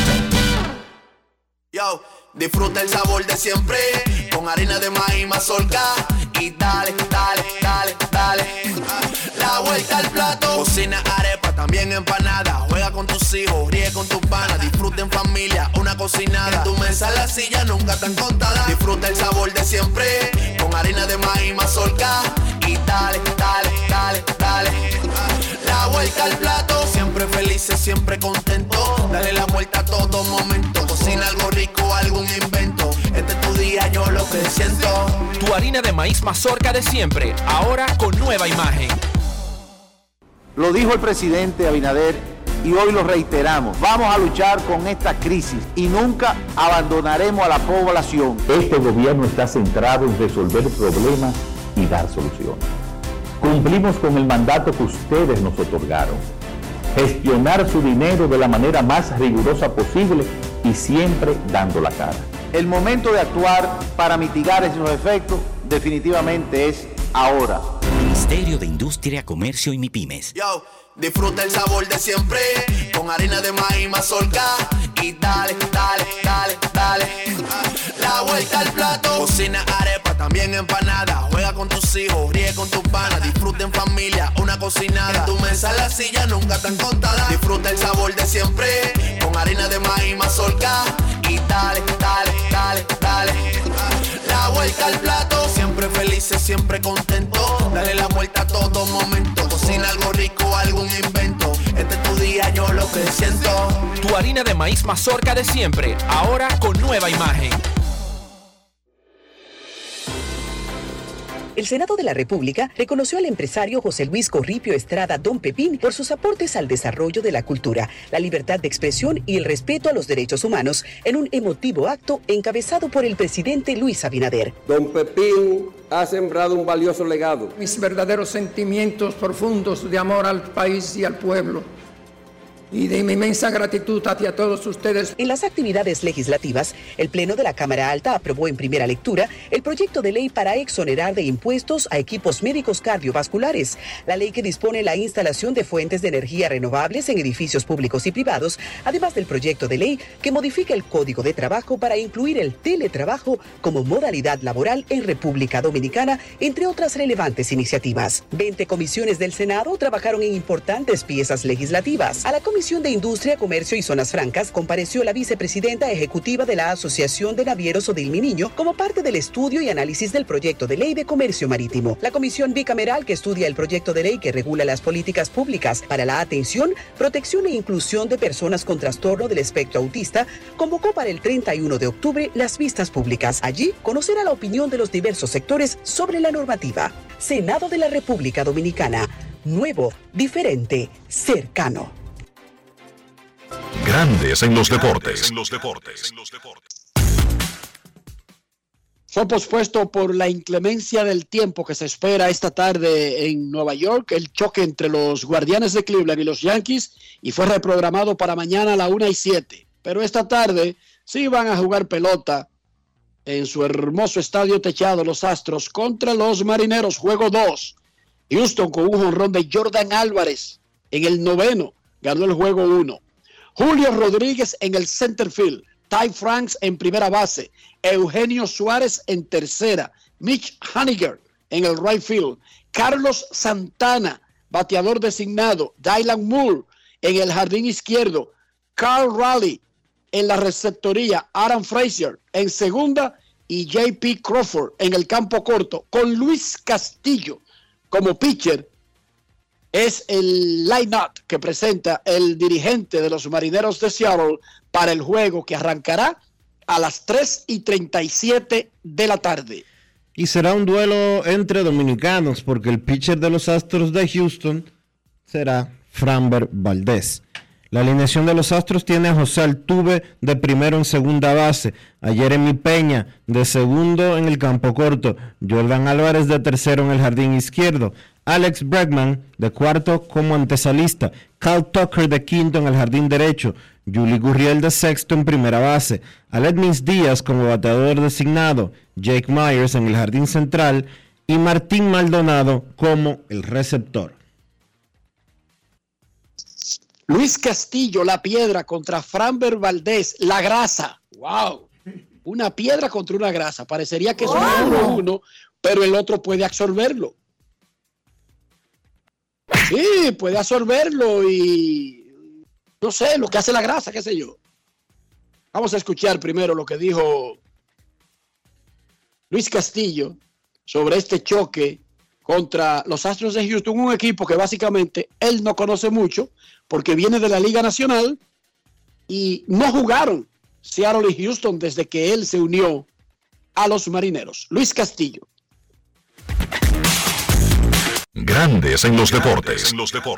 Yo, disfruta el sabor de siempre con harina de maíz mazorca y dale, dale, dale, dale. La vuelta al plato, cocina arepa, también empanada. Juega con tus hijos, ríe con tus panas, disfruta en familia, una cocinada. En tu mesa la silla nunca tan contada. Disfruta el sabor de siempre con harina de maíz mazorca y dale, dale, dale, dale. La vuelta al plato, siempre felices, siempre contentos. Dale la vuelta a todo momento. Cocina algo rico, algún invento. Este es tu día, yo lo que siento. Tu harina de maíz mazorca de siempre, ahora con nueva imagen. Lo dijo el presidente Abinader y hoy lo reiteramos. Vamos a luchar con esta crisis y nunca abandonaremos a la población. Este gobierno está centrado en resolver problemas y dar soluciones. Cumplimos con el mandato que ustedes nos otorgaron. Gestionar su dinero de la manera más rigurosa posible y siempre dando la cara. El momento de actuar para mitigar esos efectos definitivamente es ahora. Ministerio de Industria, Comercio y MIPYMES. Yo, disfruta el sabor de siempre con harina de maíz mazorca y dale, dale, dale, dale. La vuelta al plato, cocina arepa, también empanada. Juega con tus hijos, ríe con tus panas, disfruta en familia, una cocinada. En tu mesa la silla nunca tan contada. Disfruta el sabor de siempre con harina de maíz mazorca y dale, dale, dale, dale. La vuelta al plato, siempre felices, siempre contentos. Dale la vuelta a todo momento. Cocina algo rico, algún invento. Este es tu día, yo lo que siento. Tu harina de maíz mazorca de siempre, ahora con nueva imagen. El Senado de la República reconoció al empresario José Luis Corripio Estrada Don Pepín por sus aportes al desarrollo de la cultura, la libertad de expresión y el respeto a los derechos humanos en un emotivo acto encabezado por el presidente Luis Abinader. Don Pepín ha sembrado un valioso legado. Mis verdaderos sentimientos profundos de amor al país y al pueblo, y de mi inmensa gratitud hacia todos ustedes. En las actividades legislativas, el Pleno de la Cámara Alta aprobó en primera lectura el proyecto de ley para exonerar de impuestos a equipos médicos cardiovasculares, la ley que dispone la instalación de fuentes de energía renovables en edificios públicos y privados, además del proyecto de ley que modifica el Código de Trabajo para incluir el teletrabajo como modalidad laboral en República Dominicana, entre otras relevantes iniciativas. 20 comisiones del Senado trabajaron en importantes piezas legislativas. A la Comisión de Industria, Comercio y Zonas Francas compareció la vicepresidenta ejecutiva de la Asociación de Navieros Odil Niño como parte del estudio y análisis del proyecto de ley de comercio marítimo. La comisión bicameral que estudia el proyecto de ley que regula las políticas públicas para la atención, protección e inclusión de personas con trastorno del espectro autista convocó para el 31 de octubre las vistas públicas. Allí conocerá la opinión de los diversos sectores sobre la normativa. Senado de la República Dominicana. Nuevo, diferente, cercano. Grandes en los deportes. Fue pospuesto por la inclemencia del tiempo que se espera esta tarde en Nueva York, el choque entre los Guardianes de Cleveland y los Yankees, y fue reprogramado para mañana a la 1:07. Pero esta tarde sí van a jugar pelota en su hermoso estadio techado los Astros contra los Marineros, juego 2. Houston con un jonrón de Jordan Álvarez en el 9º ganó el juego 1. Julio Rodríguez en el center field, Ty Franks en primera base, Eugenio Suárez en tercera, Mitch Haniger en el right field, Carlos Santana, bateador designado, Dylan Moore en el jardín izquierdo, Carl Raleigh en la receptoría, Aaron Frazier en segunda y J.P. Crawford en el campo corto, con Luis Castillo como pitcher. Es el line-up que presenta el dirigente de los Marineros de Seattle para el juego que arrancará a las 3:37 de la tarde. Y será un duelo entre dominicanos porque el pitcher de los Astros de Houston será Framber Valdez. La alineación de los Astros tiene a José Altuve de primero en segunda base, a Jeremy Peña de segundo en el campo corto, Jordan Álvarez de tercero en el jardín izquierdo, Alex Bregman de cuarto como antesalista, Cal Tucker de quinto en el jardín derecho, Yuli Gurriel de sexto en primera base, Aledmys Díaz como bateador designado, Jake Myers en el jardín central y Martín Maldonado como el receptor. Luis Castillo, la piedra contra Framber Valdez, la grasa. ¡Wow! Una piedra contra una grasa. Parecería que es un 1-1, pero el otro puede absorberlo. Sí, puede absorberlo y no sé, lo que hace la grasa, qué sé yo. Vamos a escuchar primero lo que dijo Luis Castillo sobre este choque contra los Astros de Houston, un equipo que básicamente él no conoce mucho porque viene de la Liga Nacional y no jugaron Seattle y Houston desde que él se unió a los Marineros. Luis Castillo. Grandes en los deportes.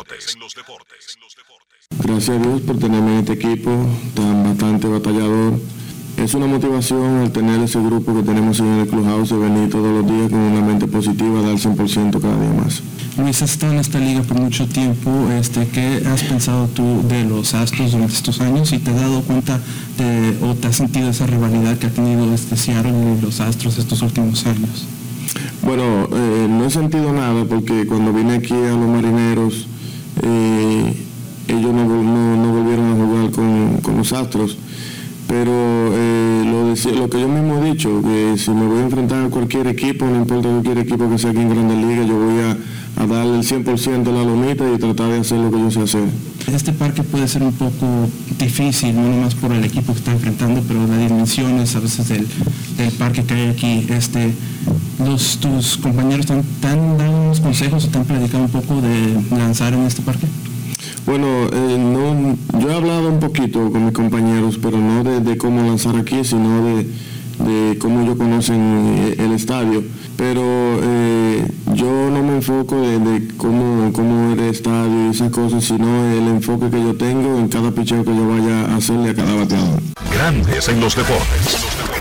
Gracias a Dios por tenerme en este equipo tan bastante batallador. Es una motivación el tener ese grupo que tenemos en el clubhouse de venir todos los días con una mente positiva, dar 100% cada día más. Luis, has estado en esta liga por mucho tiempo. ¿Qué has pensado tú de los Astros durante estos años? ¿Y te has dado cuenta o te has sentido esa rivalidad que ha tenido Seattle y los Astros estos últimos años? Bueno, no he sentido nada porque cuando vine aquí a los Marineros, ellos no volvieron a jugar con los Astros. Pero lo que yo mismo he dicho, que si me voy a enfrentar a cualquier equipo, no importa cualquier equipo que sea aquí en Grandes Ligas, yo voy a darle el 100% a la lomita y tratar de hacer lo que yo sé hacer. Este parque puede ser un poco difícil, no nomás por el equipo que está enfrentando, pero las dimensiones a veces del parque que hay aquí. ¿Tus compañeros te han dado unos consejos o te han platicado un poco de lanzar en este parque? Bueno, yo he hablado un poquito con mis compañeros, pero no de cómo lanzar aquí, sino de cómo ellos conocen el estadio, pero yo no me enfoco de cómo es el estadio y esas cosas, sino el enfoque que yo tengo en cada picheo que yo vaya a hacerle a cada bateador. Grandes en los deportes.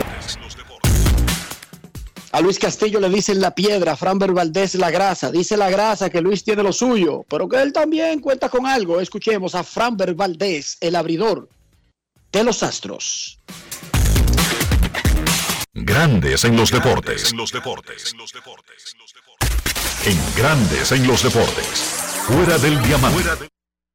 A Luis Castillo le dicen la piedra, Framber Valdez la grasa. Dice la grasa que Luis tiene lo suyo, pero que él también cuenta con algo. Escuchemos a Framber Valdez, el abridor de los Astros. Grandes en los deportes. En Grandes en los deportes. Fuera del diamante.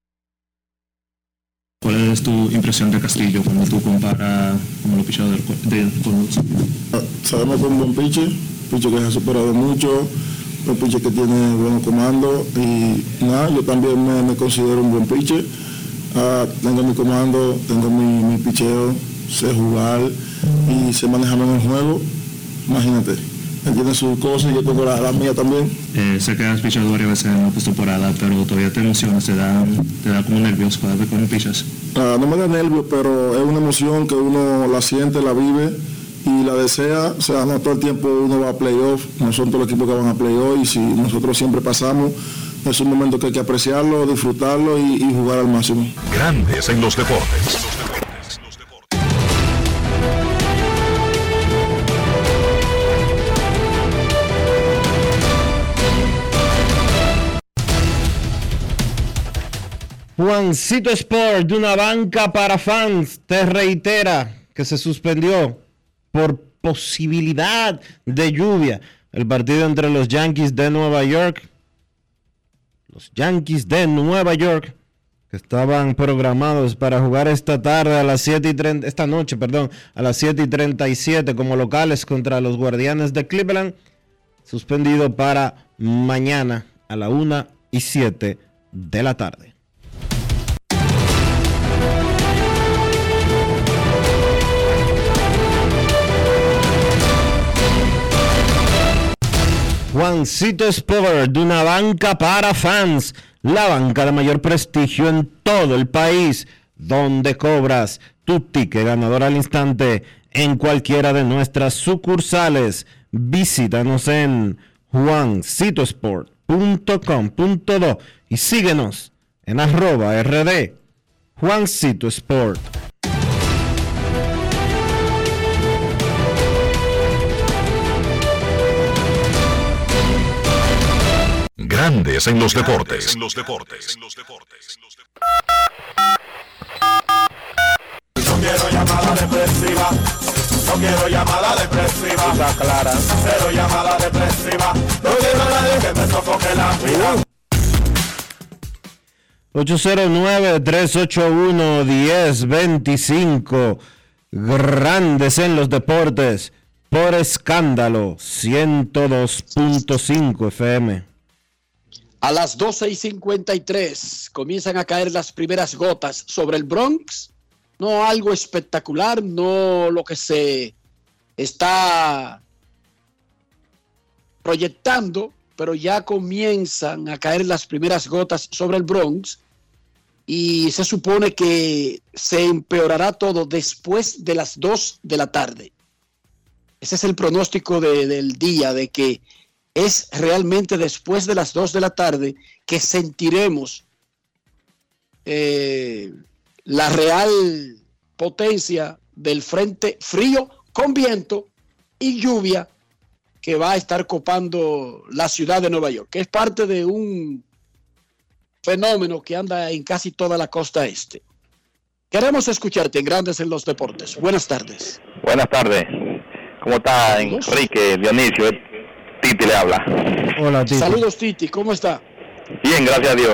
¿Cuál es tu impresión de Castillo cuando tú comparas como lo pichado con los? Sabemos que es un buen pitcher que se ha superado mucho, un pitcher que tiene buenos comandos y nada, yo también me considero un buen pitcher. Tengo mi comando, tengo mi picheo, sé jugar y sé manejarme en el juego. Imagínate, él tiene sus cosas y yo tengo la mía también. Sé que has pichado varias veces en la postemporada, pero todavía te emocionas, te da como nervios cada vez cuando pichas. No me da nervios, pero es una emoción que uno la siente, la vive y la desea. O sea, no todo el tiempo uno va a playoff, no son todos los equipos que van a playoff y si nosotros siempre pasamos, es un momento que hay que apreciarlo, disfrutarlo y jugar al máximo. Grandes en los deportes. Juancito Sport, de una banca para fans, te reitera que se suspendió por posibilidad de lluvia el partido entre los Yankees de Nueva York. Los Yankees de Nueva York, que estaban programados para jugar esta tarde a las 7:30, esta noche, a las 7:37 como locales contra los Guardianes de Cleveland, suspendido para mañana a la 1:07 de la tarde. Juancito Sport, de una banca para fans, la banca de mayor prestigio en todo el país, donde cobras tu ticket ganador al instante en cualquiera de nuestras sucursales. Visítanos en juancitosport.com.do y síguenos en @RD Juancito Sport. Grandes en los deportes. No quiero llamada depresiva. No quiero llamada depresiva. Está clara. Cero llamada depresiva. No quiero a nadie que me sofoque la vida. 809-381-1025. Grandes en los deportes. Por Escándalo 102.5 FM. A las 12:53 comienzan a caer las primeras gotas sobre el Bronx. No algo espectacular, no lo que se está proyectando, pero ya comienzan a caer las primeras gotas sobre el Bronx y se supone que se empeorará todo después de las 2 de la tarde. Ese es el pronóstico del día, de que es realmente después de las 2 de la tarde que sentiremos la real potencia del frente frío con viento y lluvia que va a estar copando la ciudad de Nueva York, que es parte de un fenómeno que anda en casi toda la costa este. Queremos escucharte en Grandes en los Deportes. Buenas tardes. Buenas tardes. ¿Cómo está Enrique, Dionisio? Titi le habla. Hola, Titi. Saludos, Titi. ¿Cómo está? Bien, gracias a Dios.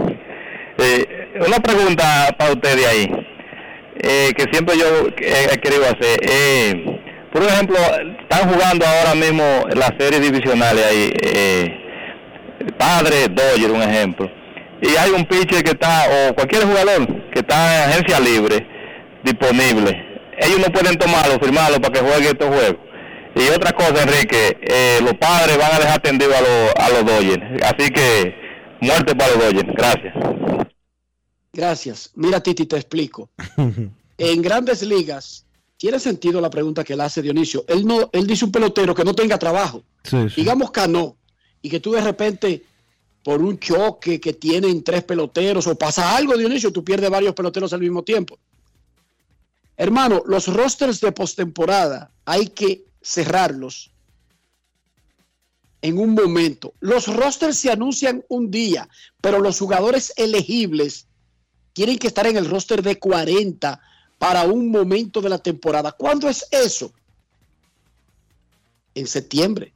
Una pregunta para usted de ahí, que siempre yo he querido hacer. Por ejemplo, están jugando ahora mismo las series divisionales ahí, Padres, Dodgers, un ejemplo. Y hay un pitcher que está, o cualquier jugador que está en agencia libre, disponible. Ellos no pueden tomarlo, firmarlo para que juegue estos juegos. Y otra cosa, Enrique, los Padres van a dejar tendido a los Dodgers. Así que, muerte para los Dodgers. Gracias. Gracias. Mira, Titi, te explico. En Grandes Ligas, tiene sentido la pregunta que le hace Dionisio. Él dice un pelotero que no tenga trabajo. Sí. Digamos Cano, y que tú de repente, por un choque que tienen 3 peloteros, o pasa algo, Dionisio, tú pierdes varios peloteros al mismo tiempo. Hermano, los rosters de postemporada hay que cerrarlos en un momento. Los rosters se anuncian un día, pero los jugadores elegibles tienen que estar en el roster de 40 para un momento de la temporada. ¿Cuándo es eso? En septiembre.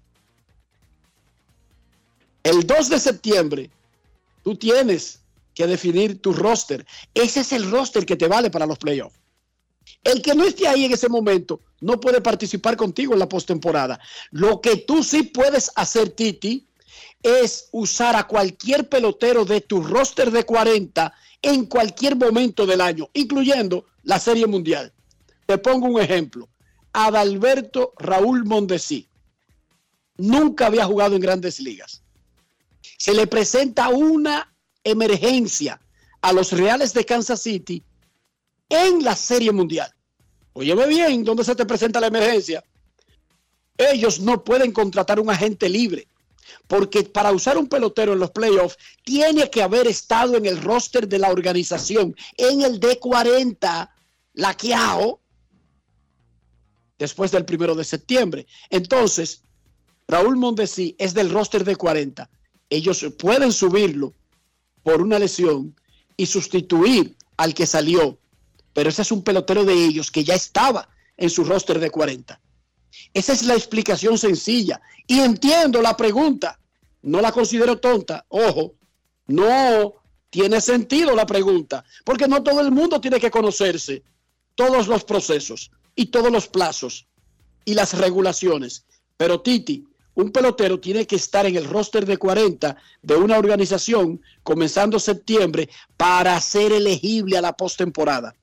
El 2 de septiembre, tú tienes que definir tu roster. Ese es el roster que te vale para los playoffs. El que no esté ahí en ese momento no puede participar contigo en la postemporada. Lo que tú sí puedes hacer, Titi, es usar a cualquier pelotero de tu roster de 40 en cualquier momento del año, incluyendo la Serie Mundial. Te pongo un ejemplo. Adalberto Raúl Mondesi nunca había jugado en Grandes Ligas. Se le presenta una emergencia a los Reales de Kansas City en la Serie Mundial. Óyeme bien, ¿dónde se te presenta la emergencia? Ellos no pueden contratar un agente libre, porque para usar un pelotero en los playoffs tiene que haber estado en el roster de la organización, en el D40, laqueado, después del 1 de septiembre. Entonces, Raúl Mondesi es del roster de 40. Ellos pueden subirlo por una lesión y sustituir al que salió, pero ese es un pelotero de ellos que ya estaba en su roster de 40. Esa es la explicación sencilla. Y entiendo la pregunta. No la considero tonta. Ojo, no tiene sentido la pregunta. Porque no todo el mundo tiene que conocerse todos los procesos y todos los plazos y las regulaciones. Pero Titi, un pelotero tiene que estar en el roster de 40 de una organización comenzando septiembre para ser elegible a la postemporada.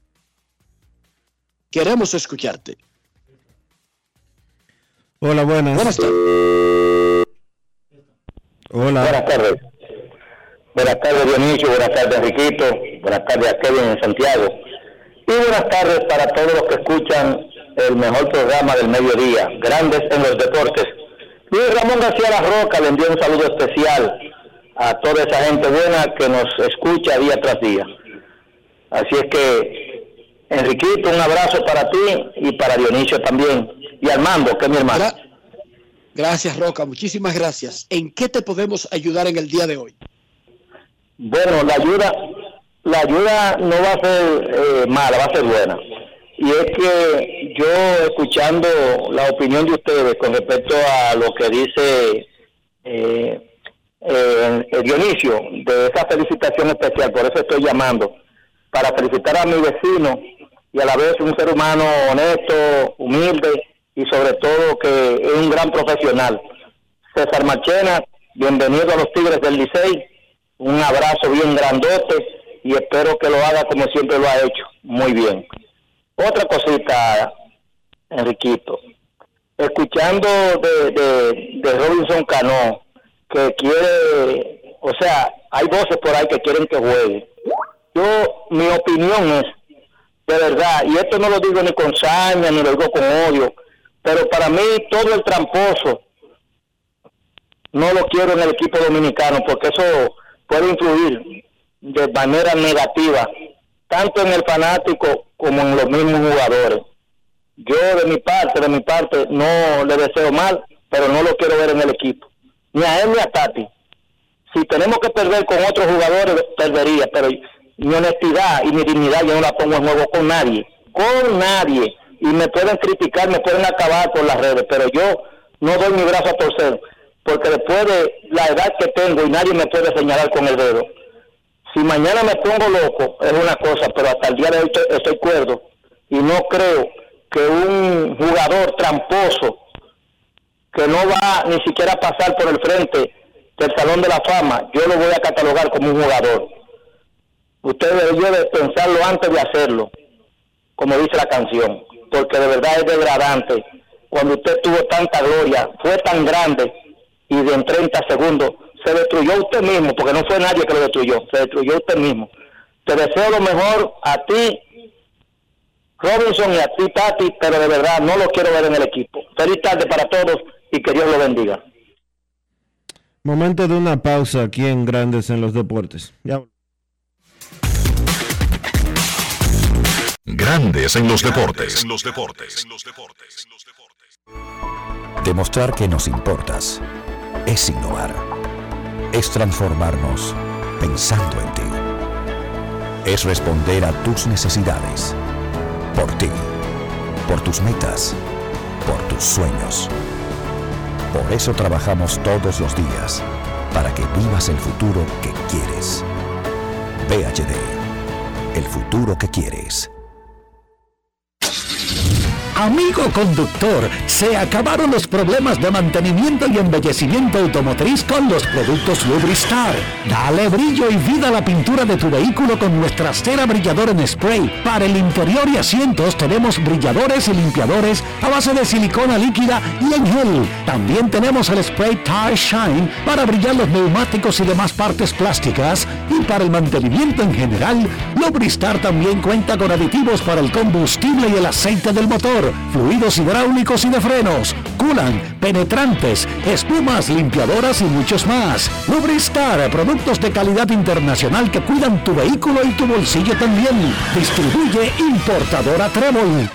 Queremos escucharte. Hola, buenas. Buenas tardes. Hola. Buenas tardes. Buenas tardes, Dionisio. Buenas tardes, Enriquito. Buenas tardes a Kevin en Santiago. Y buenas tardes para todos los que escuchan el mejor programa del mediodía, Grandes en los Deportes. Luis Ramón García La Roca le envió un saludo especial a toda esa gente buena que nos escucha día tras día. Así es que, Enriquito, un abrazo para ti y para Dionisio también. Y Armando, que es mi hermano. Gracias, Roca, muchísimas gracias. ¿En qué te podemos ayudar en el día de hoy? Bueno, la ayuda no va a ser mala, va a ser buena. Y es que yo, escuchando la opinión de ustedes con respecto a lo que dice Dionisio, de esa felicitación especial, por eso estoy llamando, para felicitar a mi vecino y a la vez un ser humano honesto, humilde y sobre todo que es un gran profesional. César Marchena, bienvenido a los Tigres del Licey, un abrazo bien grandote y espero que lo haga como siempre lo ha hecho, muy bien. Otra cosita, Enriquito, escuchando de Robinson Cano, que quiere, o sea, hay voces por ahí que quieren que juegue. Mi opinión es, de verdad, y esto no lo digo ni con saña, ni lo digo con odio, pero para mí todo el tramposo no lo quiero en el equipo dominicano, porque eso puede influir de manera negativa, tanto en el fanático como en los mismos jugadores. Yo de mi parte no le deseo mal, pero no lo quiero ver en el equipo, ni a él ni a Tati. Si tenemos que perder con otros jugadores, perdería, pero mi honestidad y mi dignidad yo no la pongo en juego con nadie, y me pueden criticar, me pueden acabar por las redes, pero yo no doy mi brazo a torcer, porque después de la edad que tengo y nadie me puede señalar con el dedo. Si mañana me pongo loco es una cosa, pero hasta el día de hoy estoy cuerdo y no creo que un jugador tramposo que no va ni siquiera a pasar por el frente del Salón de la Fama, yo lo voy a catalogar como un jugador. Usted debe pensarlo antes de hacerlo, como dice la canción, porque de verdad es degradante. Cuando usted tuvo tanta gloria, fue tan grande y en 30 segundos se destruyó usted mismo, porque no fue nadie que lo destruyó, se destruyó usted mismo. Te deseo lo mejor a ti Robinson y a ti, Tati, pero de verdad no lo quiero ver en el equipo. Feliz tarde para todos y que Dios lo bendiga. Momento de una pausa aquí en Grandes en los Deportes. Ya. Grandes en los deportes. Demostrar que nos importas es innovar. Es transformarnos pensando en ti. Es responder a tus necesidades. Por ti. Por tus metas. Por tus sueños. Por eso trabajamos todos los días. Para que vivas el futuro que quieres. PHD. El futuro que quieres. Amigo conductor, se acabaron los problemas de mantenimiento y embellecimiento automotriz con los productos Lubristar. Dale brillo y vida a la pintura de tu vehículo con nuestra cera brilladora en spray. Para el interior y asientos tenemos brilladores y limpiadores a base de silicona líquida y en gel. También tenemos el spray Tire Shine para brillar los neumáticos y demás partes plásticas. Y para el mantenimiento en general, Lubristar también cuenta con aditivos para el combustible y el aceite del motor, fluidos hidráulicos y de frenos, culan, penetrantes, espumas, limpiadoras y muchos más. Lubristar, productos de calidad internacional que cuidan tu vehículo y tu bolsillo también. Distribuye importadora Trébol.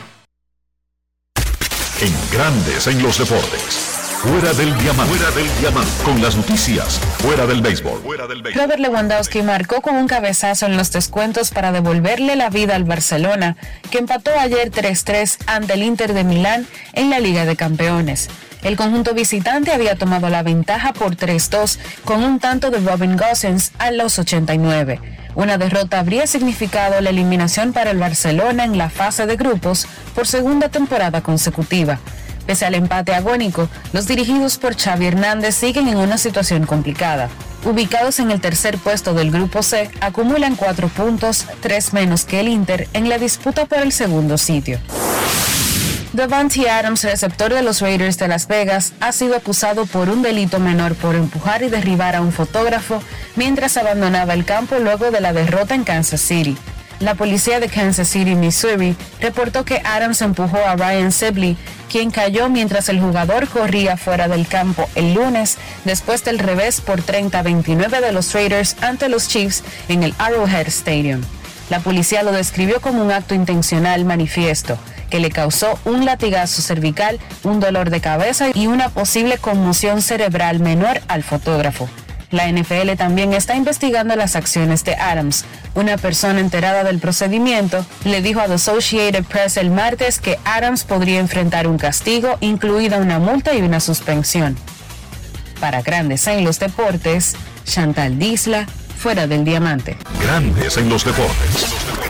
En Grandes en los Deportes. Fuera del diamante. Con las noticias. Fuera del béisbol. Robert Lewandowski marcó con un cabezazo en los descuentos para devolverle la vida al Barcelona, que empató ayer 3-3 ante el Inter de Milán en la Liga de Campeones. El conjunto visitante había tomado la ventaja por 3-2 con un tanto de Robin Gosens a los 89. Una derrota habría significado la eliminación para el Barcelona en la fase de grupos por segunda temporada consecutiva. Pese al empate agónico, los dirigidos por Xavi Hernández siguen en una situación complicada. Ubicados en el tercer puesto del Grupo C, acumulan 4 puntos, 3 menos que el Inter en la disputa por el segundo sitio. Davante Adams, receptor de los Raiders de Las Vegas, ha sido acusado por un delito menor por empujar y derribar a un fotógrafo mientras abandonaba el campo luego de la derrota en Kansas City. La policía de Kansas City, Missouri, reportó que Adams empujó a Ryan Sibley, quien cayó mientras el jugador corría fuera del campo el lunes después del revés por 30-29 de los Raiders ante los Chiefs en el Arrowhead Stadium. La policía lo describió como un acto intencional manifiesto, que le causó un latigazo cervical, un dolor de cabeza y una posible conmoción cerebral menor al fotógrafo. La NFL también está investigando las acciones de Adams. Una persona enterada del procedimiento le dijo a The Associated Press el martes que Adams podría enfrentar un castigo, incluida una multa y una suspensión. Para Grandes en los Deportes, Chantal Disla, Fuera del Diamante. Grandes en los Deportes.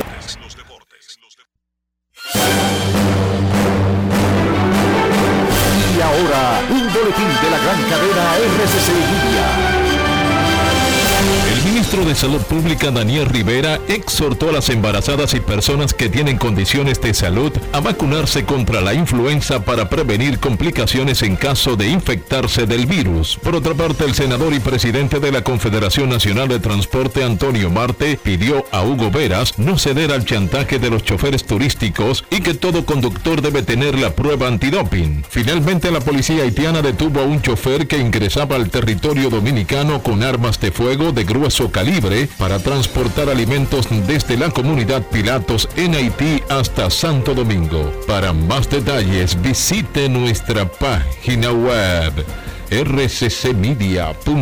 Y ahora, un boletín de la gran cadena RCC Media. El ministro de Salud Pública, Daniel Rivera, exhortó a las embarazadas y personas que tienen condiciones de salud a vacunarse contra la influenza para prevenir complicaciones en caso de infectarse del virus. Por otra parte, el senador y presidente de la Confederación Nacional de Transporte, Antonio Marte, pidió a Hugo Veras no ceder al chantaje de los choferes turísticos y que todo conductor debe tener la prueba antidoping. Finalmente, la policía haitiana detuvo a un chofer que ingresaba al territorio dominicano con armas de fuego de grueso calibre para transportar alimentos desde la comunidad Pilatos en Haití hasta Santo Domingo. Para más detalles, visite nuestra página web rccmedia.com.do.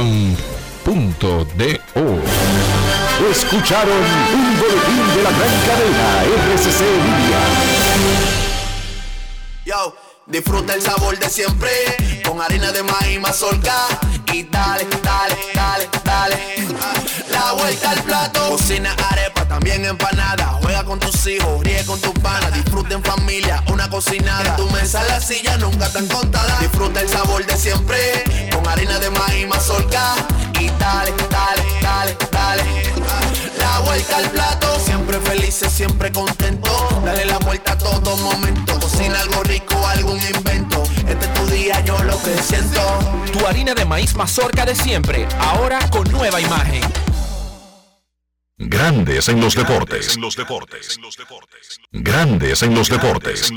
Escucharon un boletín de la gran cadena RCC Media. Yo, disfruta el sabor de siempre con harina de maíz mazorca y dale, dale, dale, dale. La vuelta al plato, cocina arepa, también empanada. Juega con tus hijos, ríe con tus panas. Disfruta en familia, una cocinada. En tu mesa la silla nunca tan contada. Disfruta el sabor de siempre con harina de maíz mazorca y dale, dale, dale, dale. La vuelta al plato, siempre felices, siempre contentos. Dale la vuelta a todo momento. Cocina algo rico, algún invento. Este es tu día, yo lo que siento. Tu harina de maíz mazorca de siempre, ahora con nueva imagen. Grandes en los deportes. Grandes en los deportes.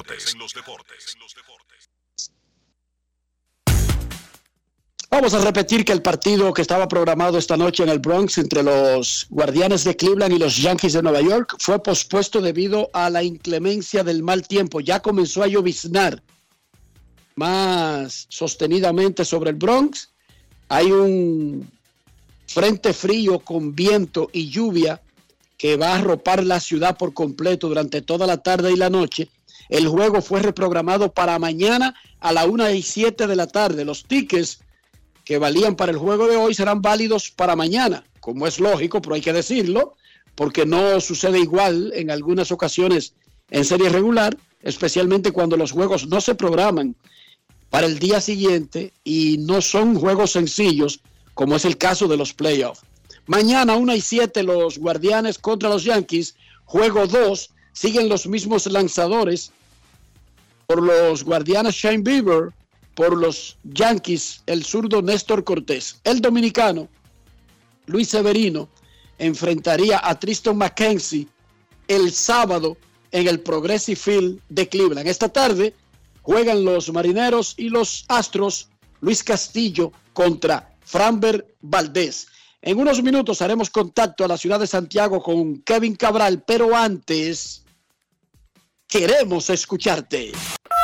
Vamos a repetir que el partido que estaba programado esta noche en el Bronx entre los Guardianes de Cleveland y los Yankees de Nueva York fue pospuesto debido a la inclemencia del mal tiempo. Ya comenzó a lloviznar más sostenidamente sobre el Bronx. Hay un frente frío con viento y lluvia que va a arropar la ciudad por completo durante toda la tarde y la noche. El juego fue reprogramado para mañana a la 1:07 de la tarde. Los tickets que valían para el juego de hoy serán válidos para mañana, como es lógico, pero hay que decirlo, porque no sucede igual en algunas ocasiones en serie regular, especialmente cuando los juegos no se programan para el día siguiente y no son juegos sencillos, como es el caso de los playoffs. Mañana 1:07 los Guardianes contra los Yankees, juego 2, siguen los mismos lanzadores. Por los Guardianes, Shane Bieber. Por los Yankees, el zurdo Néstor Cortés. El dominicano, Luis Severino, enfrentaría a Triston McKenzie el sábado en el Progressive Field de Cleveland. Esta tarde juegan los Marineros y los Astros, Luis Castillo contra Framber Valdez. En unos minutos haremos contacto a la ciudad de Santiago con Kevin Cabral, pero antes queremos escucharte.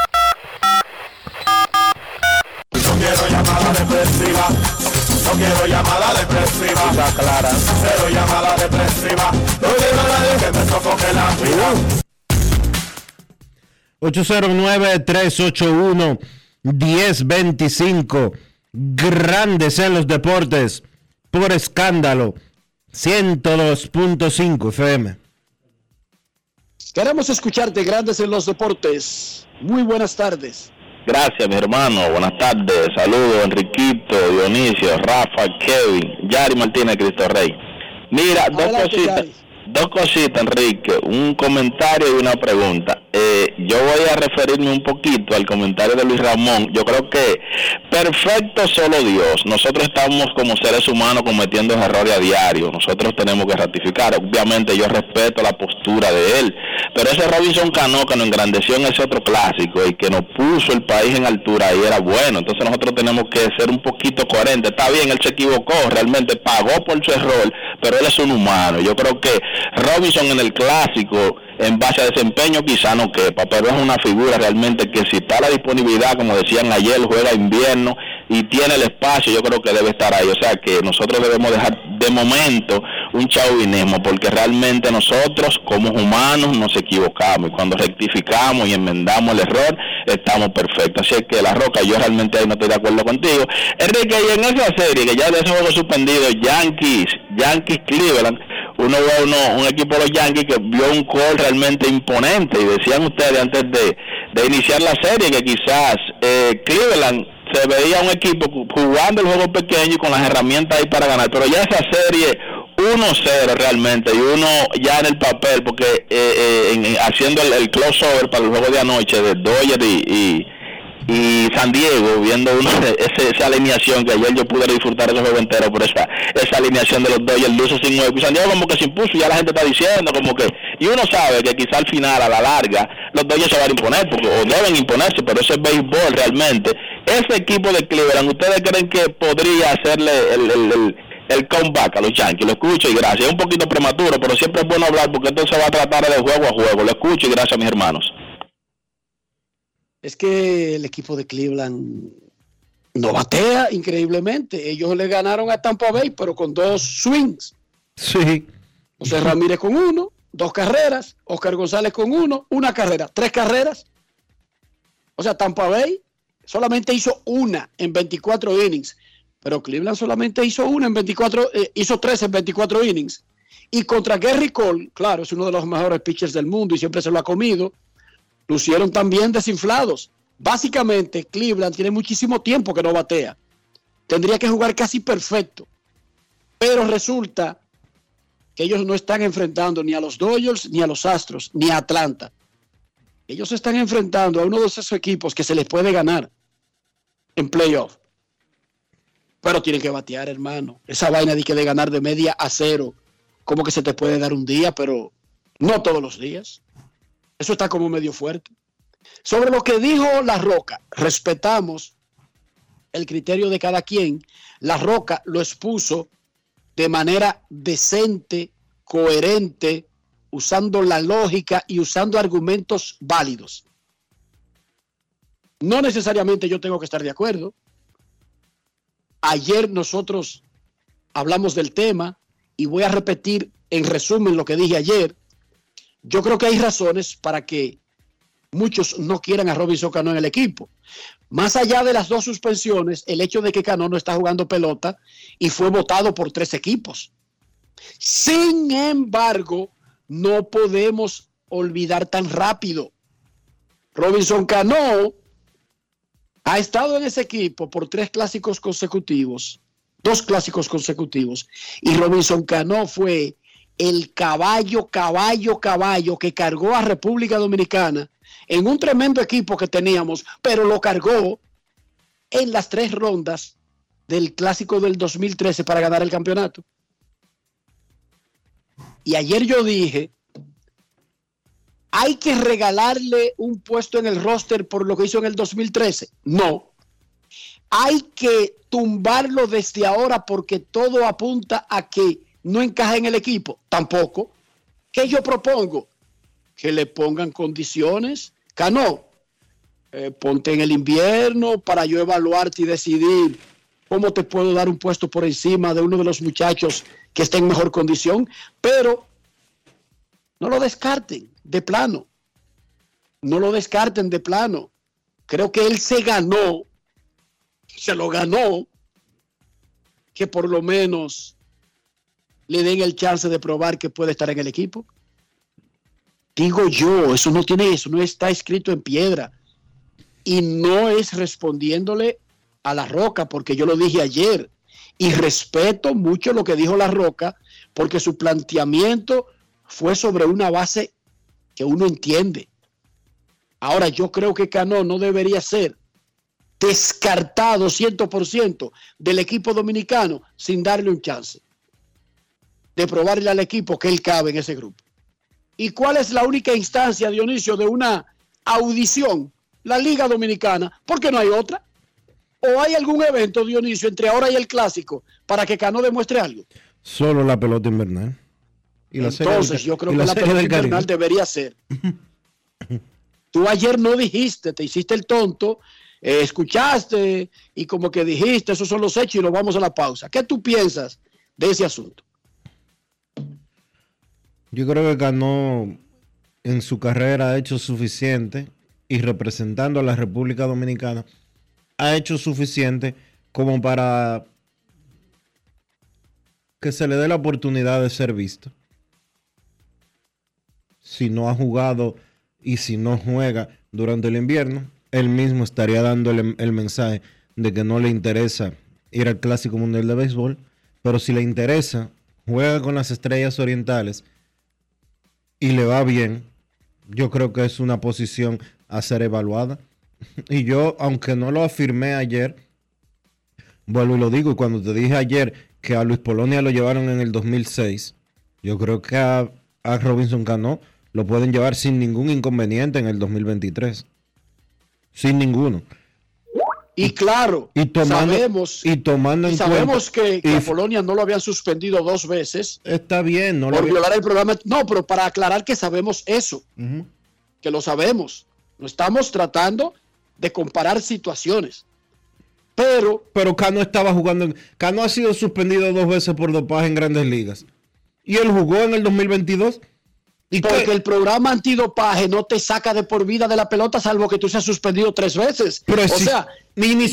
No quiero llamada depresiva, no quiero llamada depresiva, está clara. Cero llamada depresiva, no quiero a nadie que me sofoque la vida. 809-381-1025. Grandes en los deportes. Por escándalo. 102.5 FM. Queremos escucharte, Grandes en los deportes. Muy buenas tardes. Gracias, mi hermano. Buenas tardes. Saludos, Enriquito, Dionisio, Rafa, Kevin, Yari Martínez, Cristo Rey. Mira, dos cositas, Enrique. Un comentario y una pregunta. Yo voy a referirme un poquito al comentario de Luis Ramón. Yo creo que perfecto solo Dios. Nosotros estamos como seres humanos cometiendo errores a diario. Nosotros tenemos que ratificar. Obviamente yo respeto la postura de él. Pero ese Robinson Cano que nos engrandeció en ese otro clásico y que nos puso el país en altura y era bueno. Entonces nosotros tenemos que ser un poquito coherentes. Está bien, él se equivocó, realmente pagó por su error, pero él es un humano. Yo creo que Robinson en el clásico, en base a desempeño, quizá no quepa, pero es una figura realmente que si está a la disponibilidad, como decían ayer, juega invierno y tiene el espacio, yo creo que debe estar ahí. O sea que nosotros debemos dejar de momento un chauvinismo, porque realmente nosotros como humanos nos equivocamos y cuando rectificamos y enmendamos el error, estamos perfectos. Así que La Roca, yo realmente ahí no estoy de acuerdo contigo. Enrique, y en esa serie, que ya de ese juego suspendido, Yankees Cleveland, uno ve un equipo de los Yankees que vio un call realmente imponente, y decían ustedes antes de iniciar la serie que quizás Cleveland se veía un equipo jugando el juego pequeño y con las herramientas ahí para ganar, pero ya esa serie 1-0 realmente, y uno ya en el papel, porque haciendo el crossover para el juego de anoche de Dodgers y San Diego, viendo esa alineación que ayer yo pude disfrutar del juego entero por esa alineación de los Dodgers, luces sin hueco, y San Diego como que se impuso, y ya la gente está diciendo como que, y uno sabe que quizá al final, a la larga, los Dodgers se van a imponer, o deben imponerse, pero ese es béisbol realmente. Ese equipo de Cleveland, ¿ustedes creen que podría hacerle el comeback a los Yankees? Lo escucho y gracias. Es un poquito prematuro, pero siempre es bueno hablar, porque esto se va a tratar de juego a juego. Lo escucho y gracias, mis hermanos. Es que el equipo de Cleveland no batea increíblemente. Ellos le ganaron a Tampa Bay, pero con 2 swings. Sí. José Ramírez con 1, 2 carreras. Oscar González con 1, 1 carrera. 3 carreras. O sea, Tampa Bay solamente hizo 1 en 24 innings. Pero Cleveland solamente hizo 3 en 24 innings. Y contra Gerrit Cole, claro, es uno de los mejores pitchers del mundo y siempre se lo ha comido, lucieron también desinflados. Básicamente, Cleveland tiene muchísimo tiempo que no batea. Tendría que jugar casi perfecto. Pero resulta que ellos no están enfrentando ni a los Dodgers, ni a los Astros, ni a Atlanta. Ellos se están enfrentando a uno de esos equipos que se les puede ganar en playoff. Pero tienen que batear, hermano. Esa vaina de ganar de media a 0 como que se te puede dar un día, pero no todos los días. Eso está como medio fuerte. Sobre lo que dijo La Roca, respetamos el criterio de cada quien. La Roca lo expuso de manera decente, coherente, usando la lógica y usando argumentos válidos. No necesariamente yo tengo que estar de acuerdo. Ayer nosotros hablamos del tema y voy a repetir en resumen lo que dije ayer. Yo creo que hay razones para que muchos no quieran a Robinson Cano en el equipo. Más allá de las 2 suspensiones, el hecho de que Cano no está jugando pelota y fue votado por 3 equipos. Sin embargo, no podemos olvidar tan rápido. Robinson Cano ha estado en ese equipo por 2 clásicos consecutivos, y Robinson Cano fue el caballo que cargó a República Dominicana en un tremendo equipo que teníamos, pero lo cargó en las 3 rondas del clásico del 2013 para ganar el campeonato. Y ayer yo dije, ¿hay que regalarle un puesto en el roster por lo que hizo en el 2013? No. ¿Hay que tumbarlo desde ahora porque todo apunta a que no encaja en el equipo? Tampoco. ¿Qué yo propongo? Que le pongan condiciones. Cano, ponte en el invierno para yo evaluarte y decidir cómo te puedo dar un puesto por encima de uno de los muchachos que esté en mejor condición, pero no lo descarten de plano. No lo descarten de plano. Creo que él se lo ganó, que por lo menos le den el chance de probar que puede estar en el equipo. Digo yo, eso no está escrito en piedra. Y no es respondiéndole a La Roca, porque yo lo dije ayer. Y respeto mucho lo que dijo La Roca, porque su planteamiento fue sobre una base que uno entiende. Ahora, yo creo que Cano no debería ser descartado 100% del equipo dominicano sin darle un chance de probarle al equipo que él cabe en ese grupo. ¿Y cuál es la única instancia, Dionisio, de una audición? La Liga Dominicana, porque no hay otra. ¿O hay algún evento, Dionisio, entre ahora y el clásico para que Cano demuestre algo? Solo la pelota invernal. Y entonces yo creo que la pelota invernal debería ser. Tú ayer no dijiste, te hiciste el tonto, escuchaste y como que dijiste, esos son los hechos y nos vamos a la pausa. ¿Qué tú piensas de ese asunto? Yo creo que Cano en su carrera ha hecho suficiente y representando a la República Dominicana ha hecho suficiente como para que se le dé la oportunidad de ser visto. Si no ha jugado y si no juega durante el invierno, él mismo estaría dando el mensaje de que no le interesa ir al Clásico Mundial de Béisbol, pero si le interesa, juega con las Estrellas Orientales y le va bien, yo creo que es una posición a ser evaluada. Y yo, aunque no lo afirmé ayer, vuelvo y lo digo, y cuando te dije ayer que a Luis Polonia lo llevaron en el 2006, yo creo que a Robinson Cano lo pueden llevar sin ningún inconveniente en el 2023. Sin ninguno. Y claro, sabemos que a Polonia no lo habían suspendido 2 veces. Está bien, no por violar el programa. No, pero para aclarar que sabemos eso, que lo sabemos. No estamos tratando de comparar situaciones. Pero Cano estaba jugando. Cano ha sido suspendido 2 veces por dopaje en Grandes Ligas. Y él jugó en el 2022. Porque el programa antidopaje no te saca de por vida de la pelota, salvo que tú seas suspendido 3 veces. Pero ni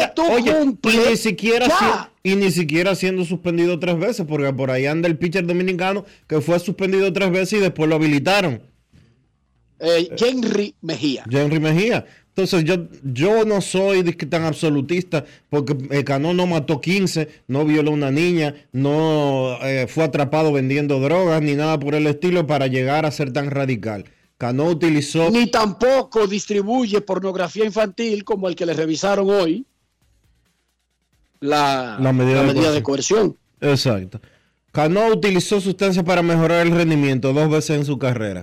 siquiera siendo suspendido 3 veces, porque por ahí anda el pitcher dominicano que fue suspendido 3 veces y después lo habilitaron. Henry Mejía. Entonces yo no soy tan absolutista, porque Cano no mató 15, no violó a una niña, no fue atrapado vendiendo drogas, ni nada por el estilo para llegar a ser tan radical. Cano utilizó... Ni tampoco distribuye pornografía infantil como el que le revisaron hoy la medida de coerción. Exacto. Cano utilizó sustancias para mejorar el rendimiento 2 veces en su carrera.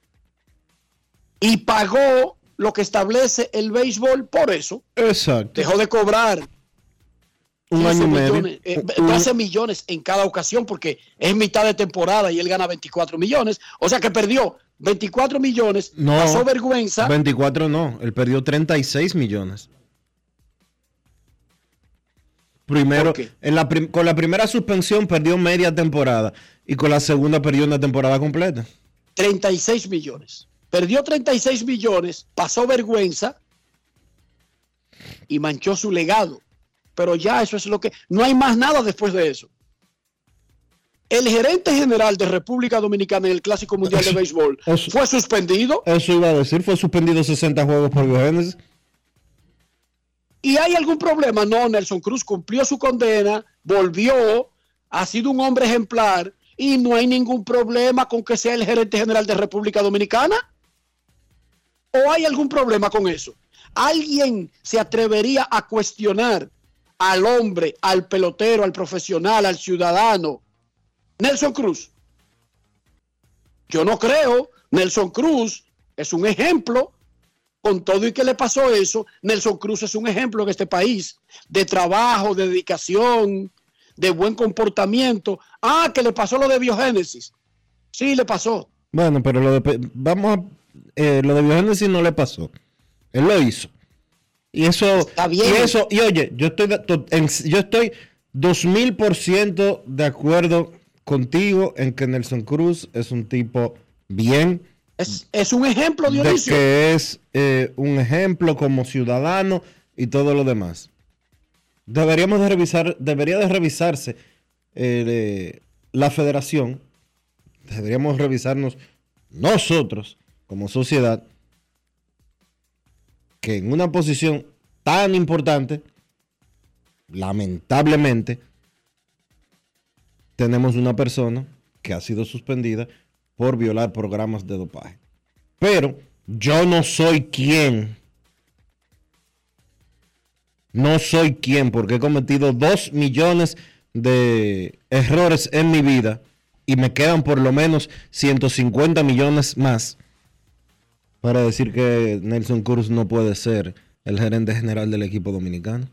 Y pagó lo que establece el béisbol por eso. Exacto. Dejó de cobrar un año y medio. 12 millones en cada ocasión porque es mitad de temporada y él gana 24 millones. O sea que perdió 24 millones, no, pasó vergüenza. 24 no, él perdió 36 millones. Primero, con la primera suspensión perdió media temporada y con la segunda perdió una temporada completa. 36 millones. Perdió 36 millones, pasó vergüenza y manchó su legado. Pero ya eso es lo que... No hay más nada después de eso. El gerente general de República Dominicana en el Clásico Mundial de Béisbol fue suspendido. Eso iba a decir, fue suspendido 60 juegos por biogénesis. ¿Y hay algún problema? No, Nelson Cruz cumplió su condena, volvió, ha sido un hombre ejemplar y no hay ningún problema con que sea el gerente general de República Dominicana. ¿O hay algún problema con eso? ¿Alguien se atrevería a cuestionar al hombre, al pelotero, al profesional, al ciudadano Nelson Cruz? Yo no creo. Nelson Cruz es un ejemplo. Con todo y que le pasó eso, Nelson Cruz es un ejemplo en este país de trabajo, de dedicación, de buen comportamiento. Ah, que le pasó lo de biogénesis. Sí, le pasó. Bueno, pero lo de biogénesis no le pasó. Él lo hizo. Y eso está bien. Y oye, yo estoy 2000% de acuerdo contigo en que Nelson Cruz es un tipo bien. Es un ejemplo, Dionisio. De que es un ejemplo como ciudadano y todo lo demás. Debería de revisarse la federación. Deberíamos revisarnos nosotros como sociedad que en una posición tan importante, lamentablemente, tenemos una persona que ha sido suspendida por violar programas de dopaje. Pero yo no soy quien porque he cometido 2 millones de errores en mi vida y me quedan por lo menos 150 millones más para decir que Nelson Cruz no puede ser el gerente general del equipo dominicano.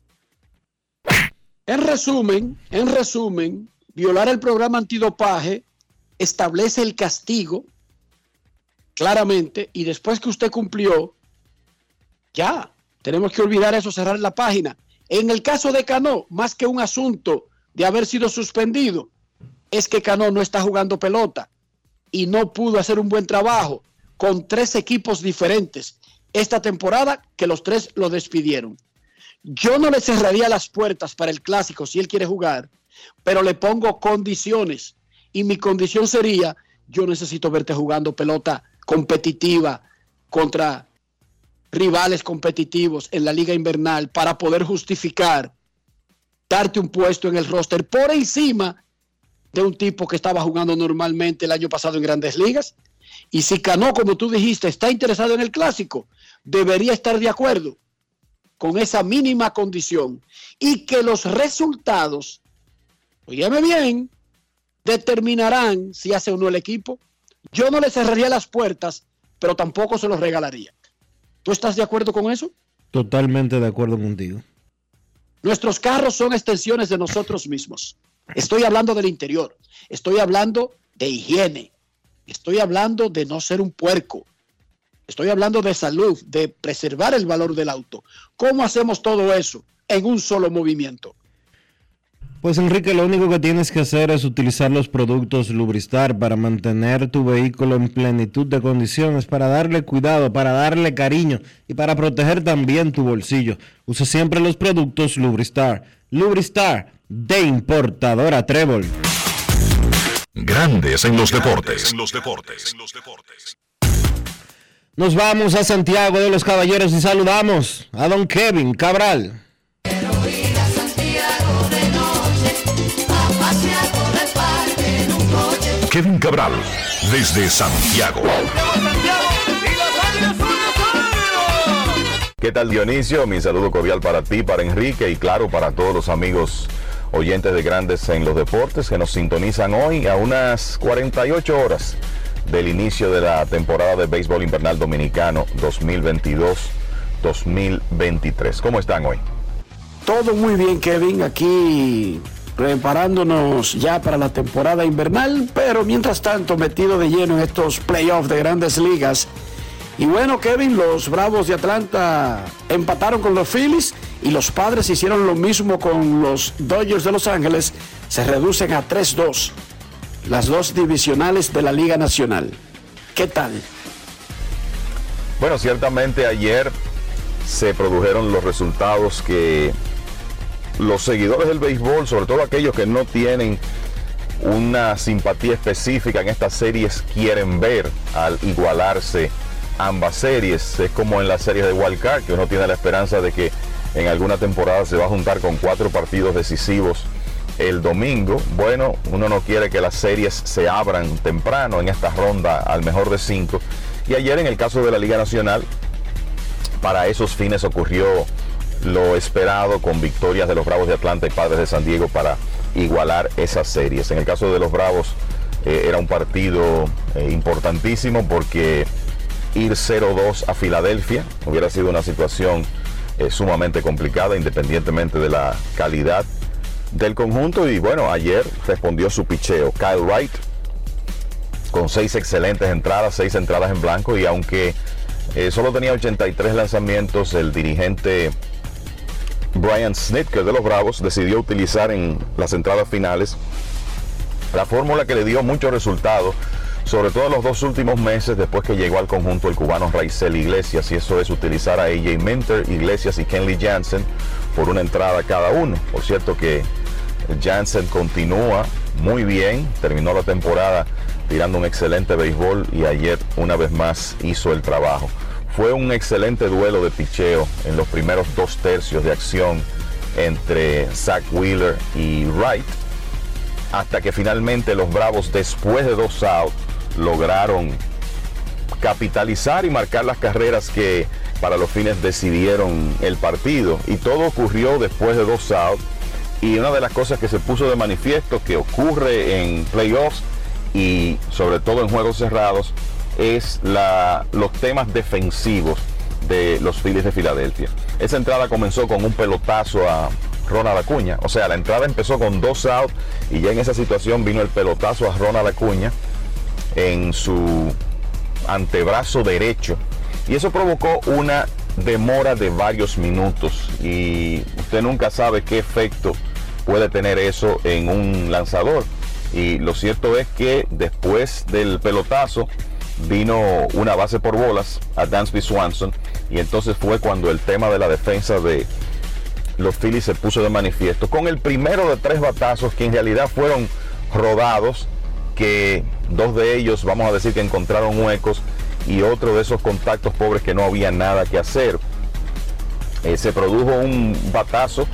En resumen, violar el programa antidopaje establece el castigo claramente y después que usted cumplió, ya, tenemos que olvidar eso, cerrar la página. En el caso de Cano, más que un asunto de haber sido suspendido, es que Cano no está jugando pelota y no pudo hacer un buen trabajo con 3 equipos diferentes esta temporada que los 3 lo despidieron. Yo no le cerraría las puertas para el Clásico si él quiere jugar, pero le pongo condiciones. Y mi condición sería, yo necesito verte jugando pelota competitiva contra rivales competitivos en la liga invernal para poder justificar darte un puesto en el roster por encima de un tipo que estaba jugando normalmente el año pasado en Grandes Ligas. Y si Cano, como tú dijiste, está interesado en el Clásico, debería estar de acuerdo con esa mínima condición y que los resultados, óyeme bien, determinarán si hace o no el equipo. Yo no le cerraría las puertas, pero tampoco se los regalaría. ¿Tú estás de acuerdo con eso? Totalmente de acuerdo contigo. Nuestros carros son extensiones de nosotros mismos. Estoy hablando del interior. Estoy hablando de higiene. Estoy hablando de no ser un puerco. Estoy hablando de salud, de preservar el valor del auto. ¿Cómo hacemos todo eso en un solo movimiento? Pues Enrique, lo único que tienes que hacer es utilizar los productos Lubristar para mantener tu vehículo en plenitud de condiciones, para darle cuidado, para darle cariño y para proteger también tu bolsillo. Usa siempre los productos Lubristar. Lubristar, de importadora Trébol. Grandes en los deportes. Nos vamos a Santiago de los Caballeros y saludamos a don Kevin Cabral. Kevin Cabral, desde Santiago. ¿Qué tal, Dionisio? Mi saludo cordial para ti, para Enrique y claro, para todos los amigos oyentes de Grandes en los Deportes que nos sintonizan hoy a unas 48 horas del inicio de la temporada de béisbol invernal dominicano 2022-2023. ¿Cómo están hoy? Todo muy bien, Kevin, aquí preparándonos ya para la temporada invernal, pero mientras tanto metido de lleno en estos playoffs de Grandes Ligas. Y bueno, Kevin, los Bravos de Atlanta empataron con los Phillies y los Padres hicieron lo mismo con los Dodgers de Los Ángeles. Se reducen a 3-2 las dos divisionales de la Liga Nacional. ¿Qué tal? Bueno, ciertamente ayer se produjeron los resultados que los seguidores del béisbol, sobre todo aquellos que no tienen una simpatía específica en estas series, quieren ver al igualarse ambas series. Es como en las series de Wild Card, que uno tiene la esperanza de que en alguna temporada se va a juntar con 4 partidos decisivos el domingo. Bueno, uno no quiere que las series se abran temprano en esta ronda al mejor de 5. Y ayer, en el caso de la Liga Nacional, para esos fines ocurrió lo esperado, con victorias de los Bravos de Atlanta y Padres de San Diego para igualar esas series. En el caso de los Bravos era un partido importantísimo, porque ir 0-2 a Filadelfia hubiera sido una situación sumamente complicada, independientemente de la calidad del conjunto. Y bueno, ayer respondió su picheo Kyle Wright con 6 excelentes entradas, 6 entradas en blanco, y aunque solo tenía 83 lanzamientos, el dirigente Brian Snitker de los Bravos decidió utilizar en las entradas finales la fórmula que le dio muchos resultados, sobre todo en los 2 últimos meses después que llegó al conjunto el cubano Raisel Iglesias, y eso es utilizar a AJ Minter, Iglesias y Kenley Jansen por una entrada cada uno. Por cierto que Jansen continúa muy bien, terminó la temporada tirando un excelente béisbol y ayer una vez más hizo el trabajo. Fue un excelente duelo de picheo en los primeros 2 tercios de acción entre Zach Wheeler y Wright, hasta que finalmente los Bravos, después de 2 outs, lograron capitalizar y marcar las carreras que para los fines decidieron el partido. Y todo ocurrió después de 2 outs. Y una de las cosas que se puso de manifiesto que ocurre en playoffs y sobre todo en juegos cerrados es los temas defensivos de los Phillies de Filadelfia. Esa entrada comenzó con un pelotazo a Ronald Acuña. O sea, la entrada empezó con 2 outs y ya en esa situación vino el pelotazo a Ronald Acuña en su antebrazo derecho. Y eso provocó una demora de varios minutos. Y usted nunca sabe qué efecto puede tener eso en un lanzador. Y lo cierto es que después del pelotazo vino una base por bolas a Dansby Swanson, y entonces fue cuando el tema de la defensa de los Phillies se puso de manifiesto, con el primero de 3 batazos que en realidad fueron rodados, que 2 de ellos vamos a decir que encontraron huecos, y otro de esos contactos pobres que no había nada que hacer. Se produjo un batazo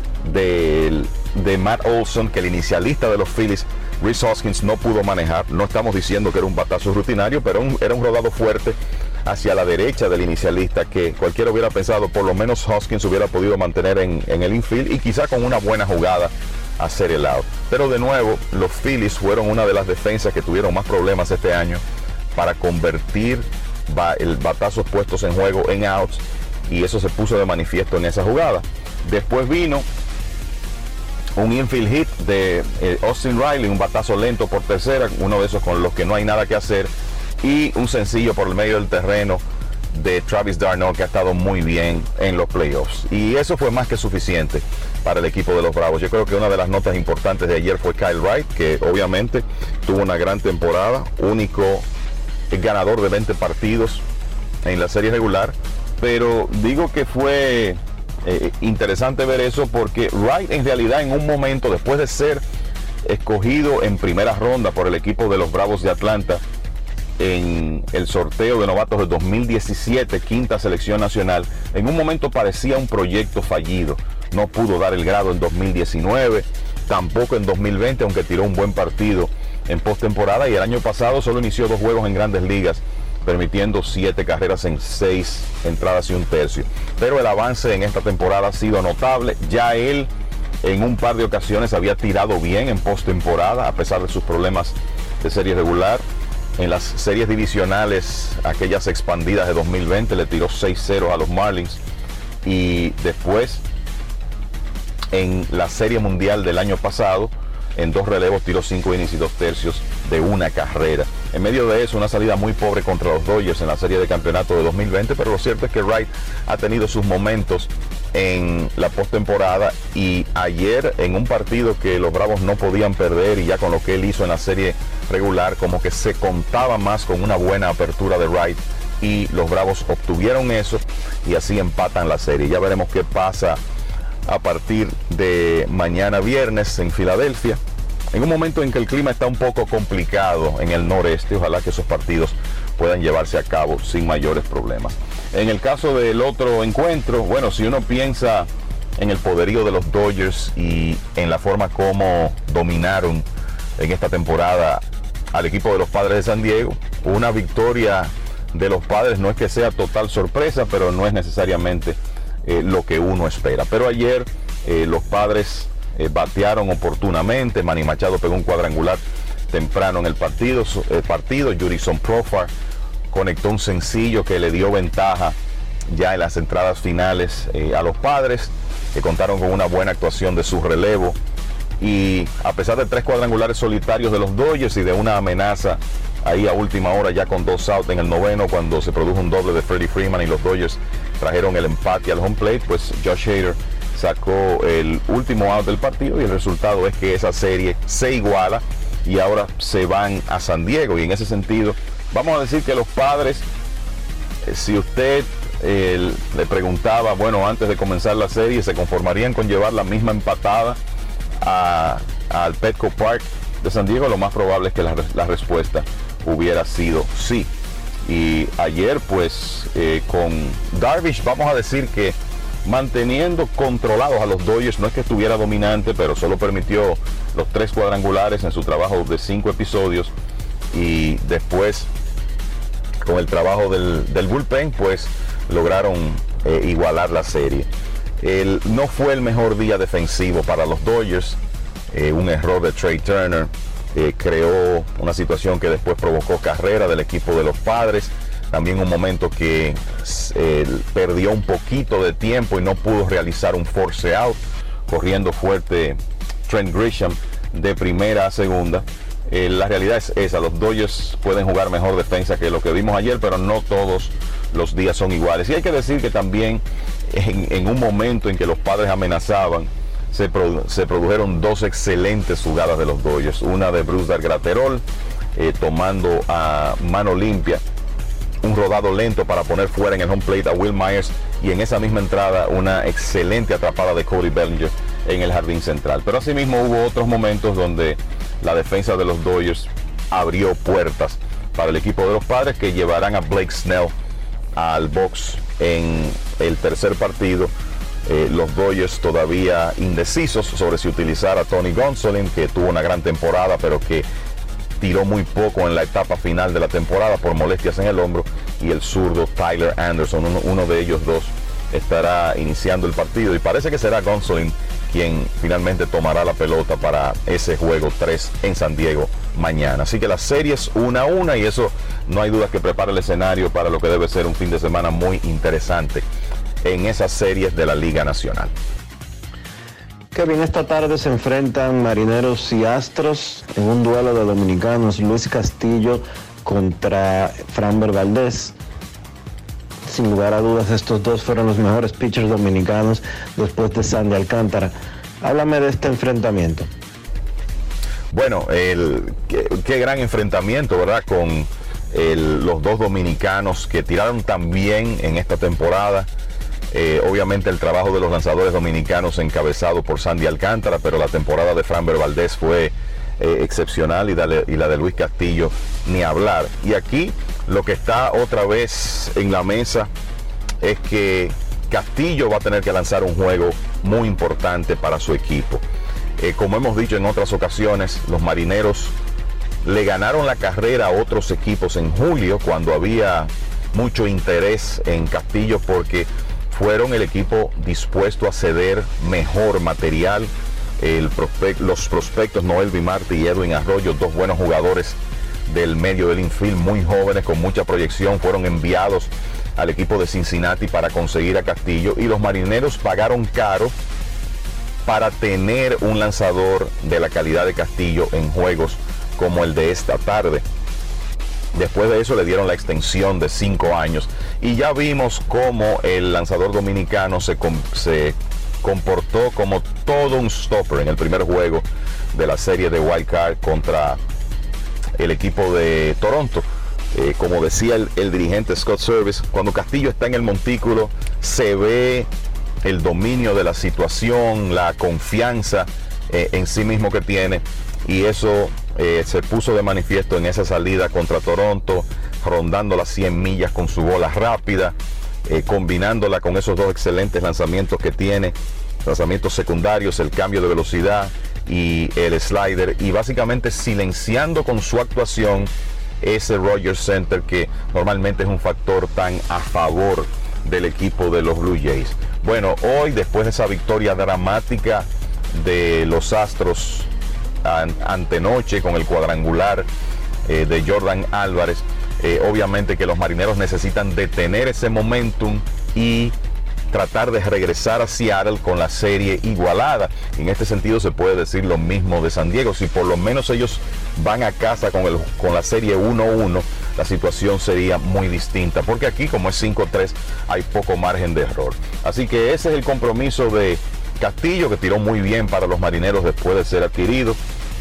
de Matt Olson que el inicialista de los Phillies, Rhys Hoskins, no pudo manejar. No estamos diciendo que era un batazo rutinario, pero era un rodado fuerte hacia la derecha del inicialista que cualquiera hubiera pensado por lo menos Hoskins hubiera podido mantener en el infield y quizá con una buena jugada hacer el out. Pero de nuevo, los Phillies fueron una de las defensas que tuvieron más problemas este año para convertir batazos puestos en juego en outs, y eso se puso de manifiesto en esa jugada. Después vino un infield hit de Austin Riley, un batazo lento por tercera, uno de esos con los que no hay nada que hacer, y un sencillo por el medio del terreno de Travis d'Arnaud, que ha estado muy bien en los playoffs. Y eso fue más que suficiente para el equipo de los Bravos. Yo creo que una de las notas importantes de ayer fue Kyle Wright, que obviamente tuvo una gran temporada, único ganador de 20 partidos en la serie regular, pero digo que fue interesante ver eso, porque Wright en realidad en un momento, después de ser escogido en primera ronda por el equipo de los Bravos de Atlanta en el sorteo de novatos de 2017, quinta selección nacional, en un momento parecía un proyecto fallido. No pudo dar el grado en 2019, tampoco en 2020, aunque tiró un buen partido en postemporada, y el año pasado solo inició 2 juegos en Grandes Ligas, permitiendo 7 carreras en 6 entradas y un tercio. Pero el avance en esta temporada ha sido notable. Ya él en un par de ocasiones había tirado bien en postemporada, a pesar de sus problemas de serie regular. En las series divisionales, aquellas expandidas de 2020, le tiró 6-0 a los Marlins. Y después, en la serie mundial del año pasado, en 2 relevos tiró 5 innings y 2 tercios de una carrera. En medio de eso, una salida muy pobre contra los Dodgers en la serie de campeonato de 2020, pero lo cierto es que Wright ha tenido sus momentos en la postemporada, y ayer en un partido que los Bravos no podían perder, y ya con lo que él hizo en la serie regular, como que se contaba más con una buena apertura de Wright, y los Bravos obtuvieron eso y así empatan la serie. Ya veremos qué pasa a partir de mañana viernes en Filadelfia, en un momento en que el clima está un poco complicado en el noreste. Ojalá que esos partidos puedan llevarse a cabo sin mayores problemas. En el caso del otro encuentro, bueno, si uno piensa en el poderío de los Dodgers y en la forma como dominaron en esta temporada al equipo de los Padres de San Diego, una victoria de los Padres no es que sea total sorpresa, pero no es necesariamente lo que uno espera. Pero ayer los Padres batearon oportunamente. Manny Machado pegó un cuadrangular temprano en el partido. Jurickson Profar conectó un sencillo que le dio ventaja ya en las entradas finales a los Padres, que contaron con una buena actuación de su relevo. Y a pesar de 3 cuadrangulares solitarios de los Dodgers y de una amenaza ahí a última hora, ya con 2 outs en el noveno, cuando se produjo un doble de Freddie Freeman y los Dodgers trajeron el empate al home plate, pues Josh Hader sacó el último out del partido, y el resultado es que esa serie se iguala y ahora se van a San Diego. Y en ese sentido, vamos a decir que los Padres, si usted le preguntaba, bueno, antes de comenzar la serie, ¿se conformarían con llevar la misma empatada al Petco Park de San Diego? Lo más probable es que la respuesta hubiera sido sí. Y ayer, pues, con Darvish, vamos a decir que manteniendo controlados a los Dodgers, no es que estuviera dominante, pero solo permitió los 3 cuadrangulares en su trabajo de 5 episodios, y después con el trabajo del bullpen, pues lograron igualar la serie. No fue el mejor día defensivo para los Dodgers. Un error de Trey Turner creó una situación que después provocó carrera del equipo de los Padres. También un momento que perdió un poquito de tiempo y no pudo realizar un force out, corriendo fuerte Trent Grisham de primera a segunda. La realidad es esa: los Dodgers pueden jugar mejor defensa que lo que vimos ayer, pero no todos los días son iguales. Y hay que decir que también en un momento en que los Padres amenazaban, se produjeron 2 excelentes jugadas de los Dodgers. Una de Bruce Graterol tomando a mano limpia un rodado lento para poner fuera en el home plate a Will Myers, y en esa misma entrada una excelente atrapada de Cody Bellinger en el jardín central. Pero asimismo hubo otros momentos donde la defensa de los Dodgers abrió puertas para el equipo de los Padres, que llevarán a Blake Snell al box en el tercer partido. Los Dodgers todavía indecisos sobre si utilizar a Tony Gonsolin, que tuvo una gran temporada, pero que tiró muy poco en la etapa final de la temporada por molestias en el hombro, y el zurdo Tyler Anderson. Uno de ellos dos estará iniciando el partido, y parece que será Gonsolin quien finalmente tomará la pelota para ese juego 3 en San Diego mañana. Así que la serie es 1-1, y eso no hay duda que prepara el escenario para lo que debe ser un fin de semana muy interesante en esas series de la Liga Nacional. Kevin, esta tarde se enfrentan Marineros y Astros en un duelo de dominicanos. Luis Castillo contra Framber Valdez. Sin lugar a dudas, estos dos fueron los mejores pitchers dominicanos después de Sandy Alcántara. Háblame de este enfrentamiento. Bueno, qué gran enfrentamiento, ¿verdad? Con los dos dominicanos que tiraron tan bien en esta temporada. Obviamente el trabajo de los lanzadores dominicanos encabezado por Sandy Alcántara, pero la temporada de Framber Valdez fue excepcional, y la de Luis Castillo ni hablar. Y aquí lo que está otra vez en la mesa es que Castillo va a tener que lanzar un juego muy importante para su equipo. Como hemos dicho en otras ocasiones, los Marineros le ganaron la carrera a otros equipos en julio, cuando había mucho interés en Castillo, porque fueron el equipo dispuesto a ceder mejor material los prospectos Noelvi Marte y Edwin Arroyo, dos buenos jugadores del medio del infield, muy jóvenes, con mucha proyección, fueron enviados al equipo de Cincinnati para conseguir a Castillo, y los Marineros pagaron caro para tener un lanzador de la calidad de Castillo en juegos como el de esta tarde. Después de eso le dieron la extensión de 5 años y ya vimos cómo el lanzador dominicano se comportó como todo un stopper en el primer juego de la serie de Wild Card contra el equipo de Toronto. Como decía el dirigente Scott Service, cuando Castillo está en el montículo se ve el dominio de la situación, la confianza en sí mismo que tiene, y eso se puso de manifiesto en esa salida contra Toronto, rondando las 100 millas con su bola rápida, combinándola con esos dos excelentes lanzamientos que tiene, lanzamientos secundarios, el cambio de velocidad y el slider, y básicamente silenciando con su actuación ese Rogers Center que normalmente es un factor tan a favor del equipo de los Blue Jays. Bueno, hoy, después de esa victoria dramática de los Astros antenoche con el cuadrangular de Jordan Álvarez, obviamente que los Marineros necesitan detener ese momentum y tratar de regresar a Seattle con la serie igualada. En este sentido se puede decir lo mismo de San Diego. Si por lo menos ellos van a casa con la serie 1-1, la situación sería muy distinta, porque aquí, como es 5-3, hay poco margen de error. Así que ese es el compromiso de Castillo, que tiró muy bien para los Marineros después de ser adquirido.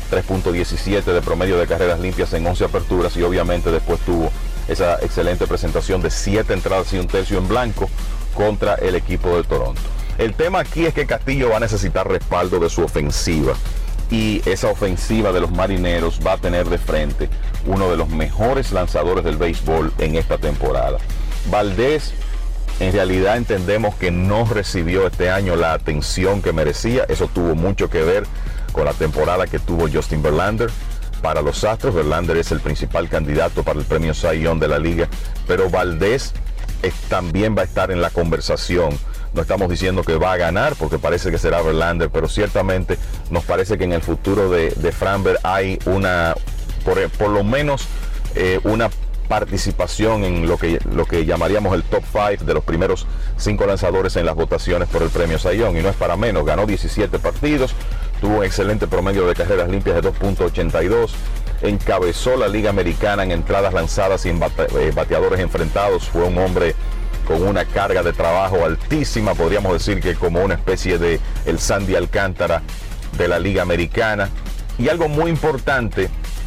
3.17 de promedio de carreras limpias en 11 aperturas, y obviamente después tuvo esa excelente presentación de 7 entradas y 1 tercio en blanco contra el equipo de Toronto. El tema aquí es que Castillo va a necesitar respaldo de su ofensiva, y esa ofensiva de los Marineros va a tener de frente uno de los mejores lanzadores del béisbol en esta temporada. Valdés, en realidad entendemos que no recibió este año la atención que merecía. Eso tuvo mucho que ver con la temporada que tuvo Justin Verlander para los Astros. Verlander es el principal candidato para el premio Cy Young de la liga, pero Valdés también va a estar en la conversación. No estamos diciendo que va a ganar, porque parece que será Verlander, pero ciertamente nos parece que en el futuro de Framber hay por lo menos una participación en lo que llamaríamos el top 5 de los primeros 5 lanzadores en las votaciones por el premio Cy Young, y no es para menos. Ganó 17 partidos, tuvo un excelente promedio de carreras limpias de 2.82, encabezó la liga americana en entradas lanzadas y en bateadores enfrentados. Fue un hombre con una carga de trabajo altísima, podríamos decir que como una especie de el Sandy Alcántara de la liga americana. Y algo muy importante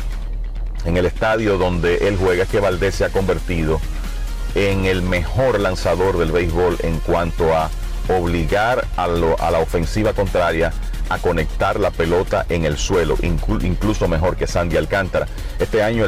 en el estadio donde él juega es que Valdés se ha convertido en el mejor lanzador del béisbol en cuanto a obligar a la ofensiva contraria a conectar la pelota en el suelo, incluso mejor que Sandy Alcántara. Este año el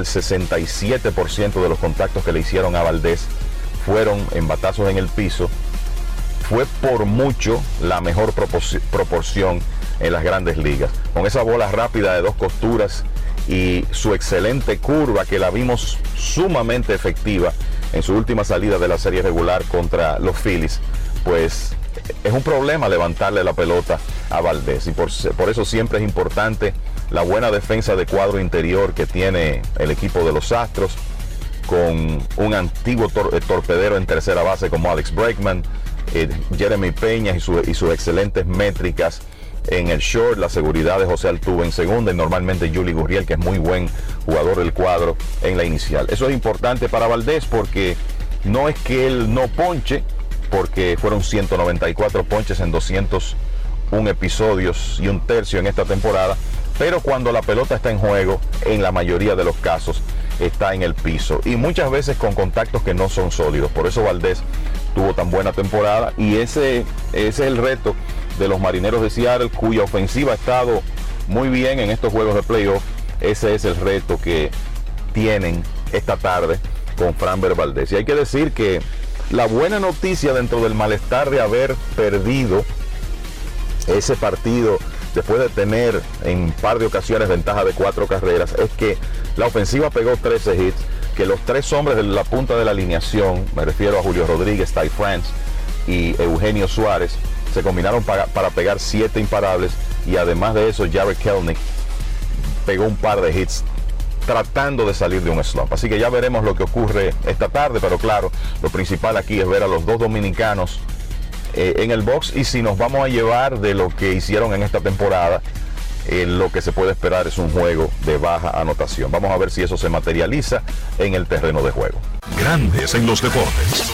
67% de los contactos que le hicieron a Valdés fueron en batazos en el piso. Fue por mucho la mejor proporción en las grandes ligas. Con esa bola rápida de 2 costuras y su excelente curva, que la vimos sumamente efectiva en su última salida de la serie regular contra los Phillies, pues es un problema levantarle la pelota a Valdés, y por eso siempre es importante la buena defensa de cuadro interior que tiene el equipo de los Astros, con un antiguo torpedero en tercera base como Alex Bregman, Jeremy Peña y sus excelentes métricas en el short, la seguridad de José Altuve en segunda, y normalmente Yuli Gurriel, que es muy buen jugador del cuadro, en la inicial. Eso es importante para Valdés, porque no es que él no ponche, porque fueron 194 ponches en 201 episodios y 1 tercio en esta temporada, pero cuando la pelota está en juego, en la mayoría de los casos está en el piso, y muchas veces con contactos que no son sólidos. Por eso Valdés tuvo tan buena temporada, y ese es el reto de los Marineros de Seattle, cuya ofensiva ha estado muy bien en estos juegos de playoff. Ese es el reto que tienen esta tarde con Framber Valdés. Y hay que decir que la buena noticia, dentro del malestar de haber perdido ese partido después de tener en un par de ocasiones ventaja de 4 carreras, es que la ofensiva pegó 13 hits, que los 3 hombres de la punta de la alineación, me refiero a Julio Rodríguez, Ty France y Eugenio Suárez, se combinaron para pegar 7 imparables, y además de eso Jarred Kelenic pegó un par de hits tratando de salir de un slump. Así que ya veremos lo que ocurre esta tarde, pero claro, lo principal aquí es ver a los dos dominicanos en el box, y si nos vamos a llevar de lo que hicieron en esta temporada, lo que se puede esperar es un juego de baja anotación. Vamos a ver si eso se materializa en el terreno de juego. Grandes en los deportes.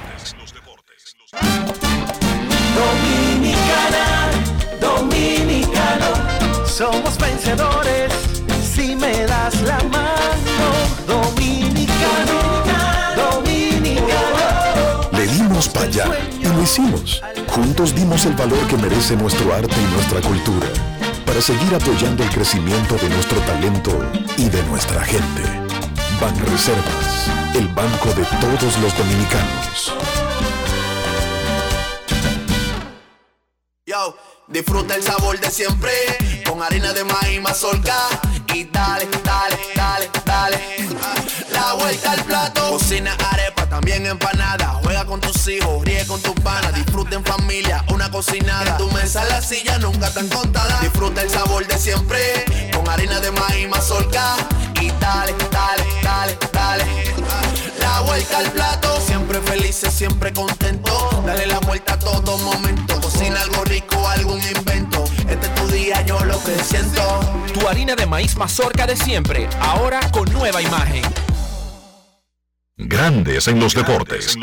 Dominicana, dominicano, somos vencedores si me das la mano. Dominicano, dominicano. Le dimos para allá y lo hicimos. Juntos dimos el valor que merece nuestro arte y nuestra cultura, para seguir apoyando el crecimiento de nuestro talento y de nuestra gente. Banreservas, el banco de todos los dominicanos. Yo, disfruta el sabor de siempre, con harina de maíz mazorca, y dale, dale, dale, dale, la vuelta al plato. Cocina arepa, también empanada, juega con tus hijos, ríe con tus panas, disfruta en familia, una cocinada. En tu mesa la silla nunca tan contada. Disfruta el sabor de siempre, con harina de maíz mazorca, y dale, dale, dale, dale, la vuelta al plato. Siempre felices, siempre contentos, dale la vuelta a todo momento. Cocina algo rico, algún invento, este es tu día, yo lo que siento. Tu harina de maíz mazorca de siempre, ahora con nueva imagen. Grandes en los deportes.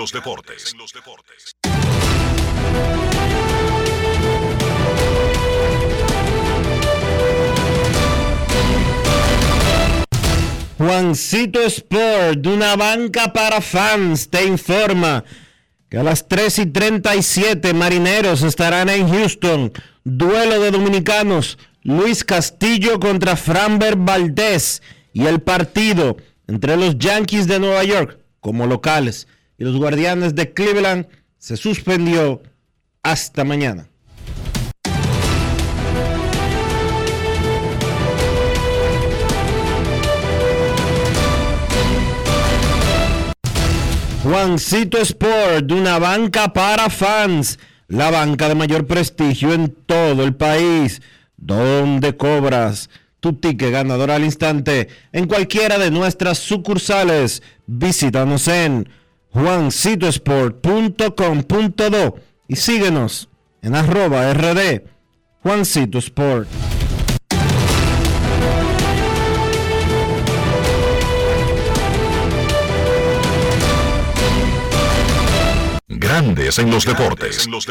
Juancito Sport, de una banca para fans, te informa que a las 3:37 Marineros estarán en Houston. Duelo de dominicanos, Luis Castillo contra Framber Valdez, y el partido entre los Yankees de Nueva York como locales y los Guardianes de Cleveland se suspendió hasta mañana. Juancito Sport, de una banca para fans, la banca de mayor prestigio en todo el país, donde cobras tu ticket ganador al instante en cualquiera de nuestras sucursales. Visítanos en juancitosport.com.do y síguenos en @RD Juancito Sport. Grandes en los deportes. No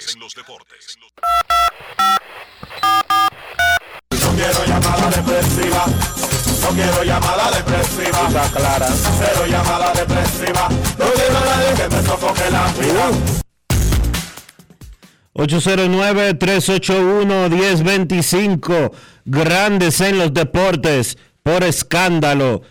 quiero llamada depresiva, no quiero llamada depresiva. Está clara. Cero llamada depresiva, no quiero a nadie que me sofoque la vida. 809-381-1025, Grandes en los deportes, por Escándalo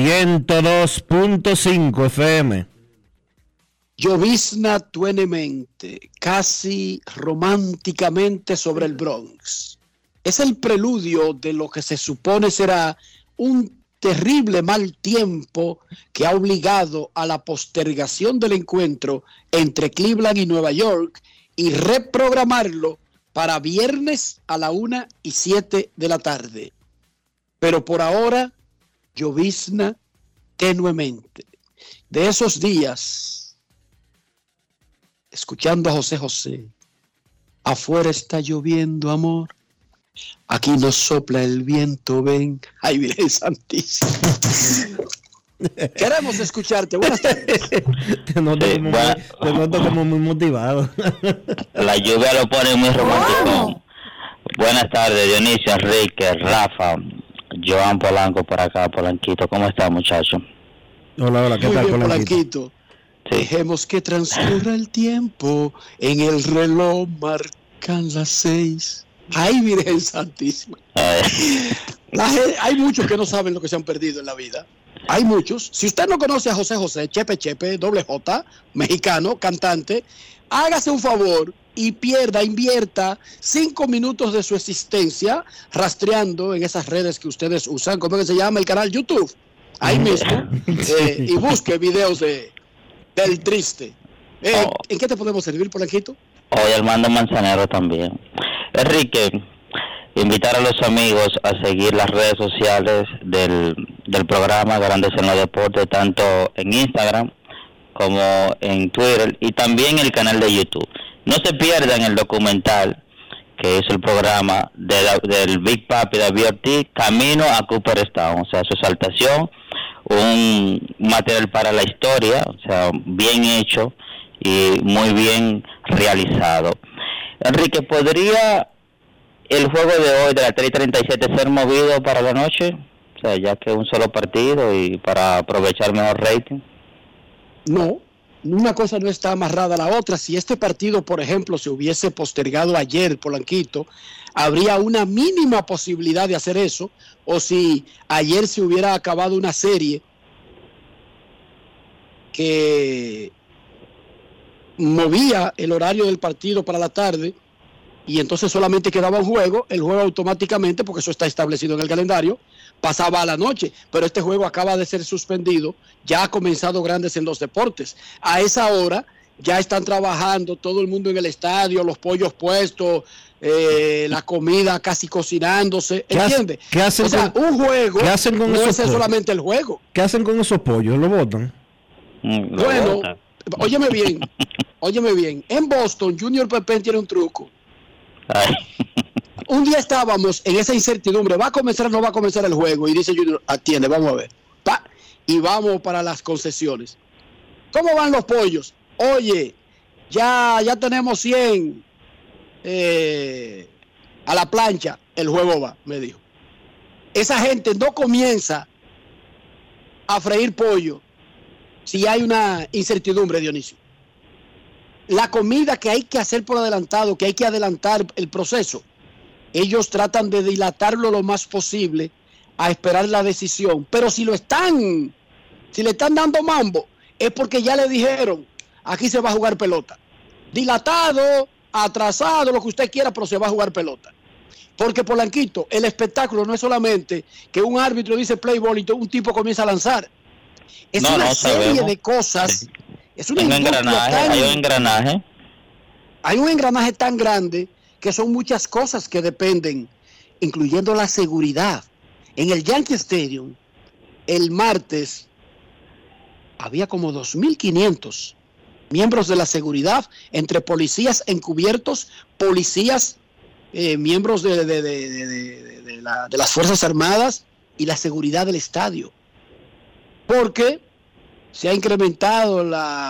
102.5 FM. Llovizna tuenemente, casi románticamente sobre el Bronx. Es el preludio de lo que se supone será un terrible mal tiempo que ha obligado a la postergación del encuentro entre Cleveland y Nueva York y reprogramarlo para viernes a la 1:07 de la tarde. Pero por ahora, llovizna tenuemente. De esos días, escuchando a José José, afuera está lloviendo, amor, aquí nos sopla el viento, ven. Ay, Virgen Santísima. Queremos escucharte. Buenas tardes. Te noto como muy motivado. La lluvia lo pone muy romántico. Buenas tardes, Dionisio, Enrique, Rafa, Joan Polanco por acá, Polanquito. ¿Cómo está, muchacho? Hola, ¿qué tal, Polanquito? Sí. Dejemos que transcurra el tiempo, en el reloj marcan las 6. Ay, Virgen Santísima. Hay muchos que no saben lo que se han perdido en la vida. Hay muchos. Si usted no conoce a José José, Chepe, doble J, mexicano, cantante, hágase un favor y invierta 5 minutos de su existencia rastreando en esas redes que ustedes usan. ¿Cómo es que se llama el canal YouTube? Ahí mismo. Y busque videos del triste. ¿En qué te podemos servir, Polanquito? Hoy Armando Manzanero también. Enrique, invitar a los amigos a seguir las redes sociales del programa Grandes en los Deportes, tanto en Instagram como en Twitter y también el canal de YouTube. No se pierdan el documental que es el programa del Big Papi David Ortiz, Camino a Cooperstown, o sea, su exaltación, un material para la historia, o sea, bien hecho y muy bien realizado. Enrique, ¿podría el juego de hoy de la 3:37 ser movido para la noche? O sea, ya que es un solo partido y para aprovechar mejor rating. No, una cosa no está amarrada a la otra. Si este partido, por ejemplo, se hubiese postergado ayer, Polanquito, habría una mínima posibilidad de hacer eso, o si ayer se hubiera acabado una serie que movía el horario del partido para la tarde y entonces solamente quedaba un juego, el juego automáticamente, porque eso está establecido en el calendario, pasaba a la noche, pero este juego acaba de ser suspendido, ya ha comenzado Grandes en los Deportes. A esa hora ya están trabajando todo el mundo en el estadio, los pollos puestos, la comida casi cocinándose, ¿entiendes? ¿Qué hacen? O sea, un juego no es solamente el juego. ¿Qué hacen con esos pollos? ¿Lo botan? Bueno, óyeme bien, en Boston Junior Pepén tiene un truco. Ay. Un día estábamos en esa incertidumbre, ¿va a comenzar o no va a comenzar el juego? Y dice Junior, atiende, vamos a ver. Y vamos para las concesiones. ¿Cómo van los pollos? Oye, ya tenemos 100 a la plancha, el juego va, me dijo. Esa gente no comienza a freír pollo si hay una incertidumbre, Dionisio. La comida que hay que hacer por adelantado, que hay que adelantar el proceso, ellos tratan de dilatarlo lo más posible a esperar la decisión. Pero si le están dando mambo, es porque ya le dijeron, aquí se va a jugar pelota. Dilatado, atrasado, lo que usted quiera, pero se va a jugar pelota. Porque, Polanquito, el espectáculo no es solamente que un árbitro dice play ball y un tipo comienza a lanzar. Es una serie de cosas. Sí. Es un engranaje, hay un engranaje. Hay un engranaje tan grande que son muchas cosas que dependen, incluyendo la seguridad. En el Yankee Stadium, el martes, había como 2.500 miembros de la seguridad, entre policías encubiertos, policías, miembros de las Fuerzas Armadas y la seguridad del estadio. Porque se ha incrementado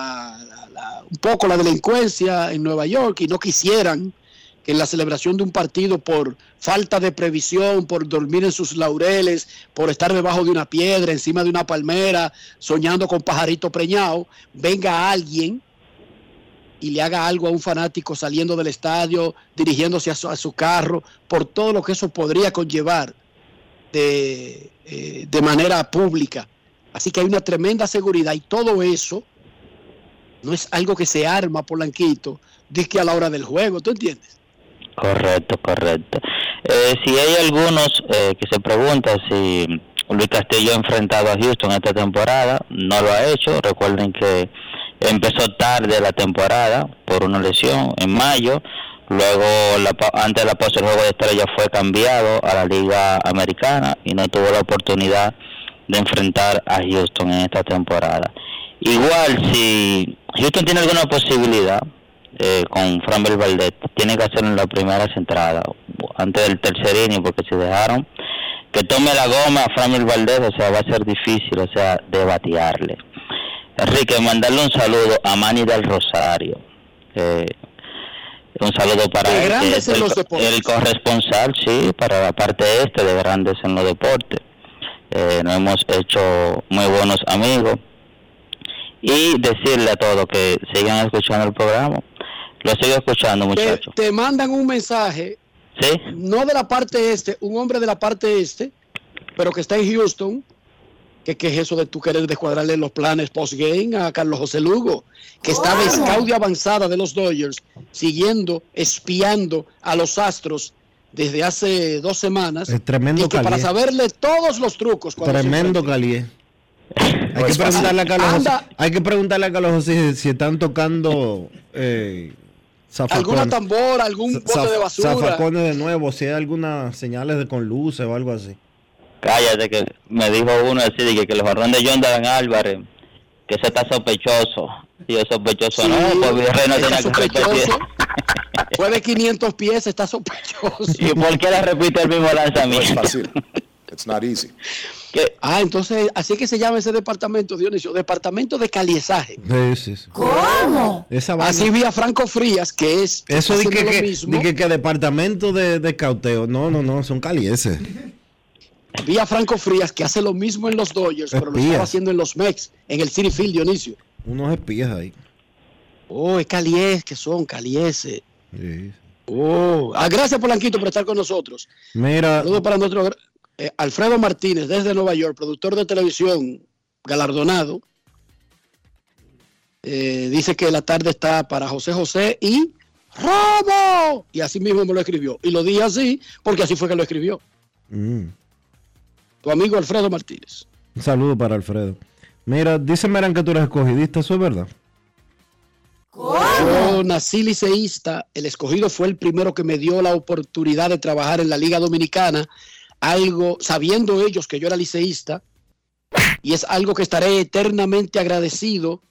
un poco la delincuencia en Nueva York y no quisieran que en la celebración de un partido, por falta de previsión, por dormir en sus laureles, por estar debajo de una piedra, encima de una palmera, soñando con pajarito preñado, venga alguien y le haga algo a un fanático saliendo del estadio, dirigiéndose a su carro, por todo lo que eso podría conllevar de manera pública. Así que hay una tremenda seguridad y todo eso no es algo que se arma, Polanquito, de que a la hora del juego, ¿tú entiendes? Correcto. Si hay algunos que se preguntan si Luis Castillo ha enfrentado a Houston esta temporada, no lo ha hecho. Recuerden que empezó tarde la temporada por una lesión en mayo. Luego, antes de la pausa, el juego de estrella fue cambiado a la Liga Americana y no tuvo la oportunidad de enfrentar a Houston en esta temporada. Igual, si Houston tiene alguna posibilidad con Framber Valdez, tiene que hacerlo en las primeras entradas, antes del tercer inning, porque si dejaron que tome la goma a Framber Valdez, o sea, va a ser difícil, o sea, de batearle. Enrique, mandarle un saludo a Manny del Rosario. Un saludo para el corresponsal, sí, para la parte este de Grandes en los Deportes. Nos hemos hecho muy buenos amigos. Y decirle a todos que sigan escuchando el programa. Lo sigo escuchando, muchachos. Te mandan un mensaje, ¿sí? No de la parte este, un hombre de la parte este, pero que está en Houston, que es eso de tú querer descuadrarle los planes post-game a Carlos José Lugo, que está de scout de avanzada de los Dodgers, espiando a los Astros desde hace 2 semanas. Es tremendo, y que para saberle todos los trucos. Tremendo Calié. Hay que preguntarle a Carlos José si están tocando alguna tambora, algún bote de basura. Zafacones de nuevo, si hay algunas señales con luces o algo así. Cállate, que me dijo uno así, de que los jorrones de John Dagan Álvarez, que eso está sospechoso. Y yo sospechoso, sí, no, pues Virrey no tenía que repetir. Fue de 500 pies, está sospechoso. ¿Y por qué le repite el mismo lanzamiento? No es fácil. It's not easy. Entonces, así que se llama ese departamento, Dionisio, departamento de caliezaje. Sí. ¿Cómo? Así vi a Franco Frías, que es eso de que departamento de cauteo. No, son calieses. Vi a Franco Frías, que hace lo mismo en los Dodgers, pero lo estaba haciendo en los Mex, en el Citi Field, Dionisio. Unos espías ahí. Es calies, que son calieses. Sí. Gracias, Polanquito, por estar con nosotros. Mira. Saludos para nuestro Alfredo Martínez, desde Nueva York, productor de televisión galardonado. Dice que la tarde está para José y ¡Robo! Y así mismo me lo escribió. Y lo dije así porque así fue que lo escribió. Tu amigo Alfredo Martínez. Un saludo para Alfredo. Mira, dice Merán que tú eres escogidista, ¿eso es verdad? Yo nací liceísta, el Escogido fue el primero que me dio la oportunidad de trabajar en la Liga Dominicana, algo sabiendo ellos que yo era liceísta, y es algo que estaré eternamente agradecido.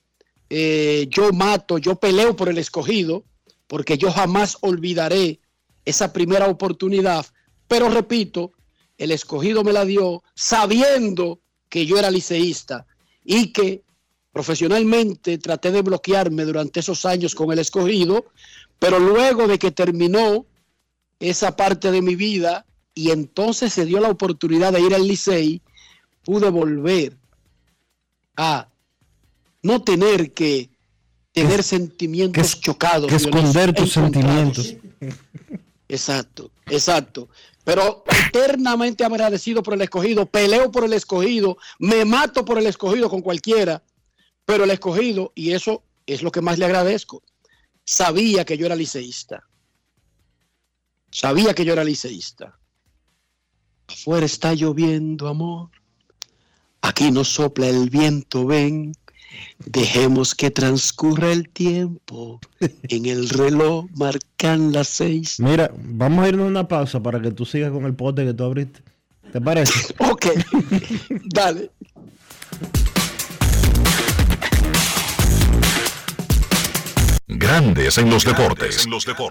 Yo peleo por el Escogido, porque yo jamás olvidaré esa primera oportunidad, pero repito, el Escogido me la dio sabiendo que yo era liceísta y que profesionalmente traté de bloquearme durante esos años con el Escogido, pero luego de que terminó esa parte de mi vida y entonces se dio la oportunidad de ir al Licey, pude volver a no tener que tener sentimientos chocados. Que esconder tus sentimientos. Exacto. Pero eternamente agradecido por el Escogido, peleo por el Escogido, me mato por el Escogido con cualquiera, pero el Escogido, y eso es lo que más le agradezco, sabía que yo era liceísta. Afuera está lloviendo, amor. Aquí nos sopla el viento, ven. Dejemos que transcurra el tiempo. En el reloj marcan las 6. Mira, vamos a irnos a una pausa para que tú sigas con el pote que tú abriste. ¿Te parece? Ok, dale. Grandes en los deportes.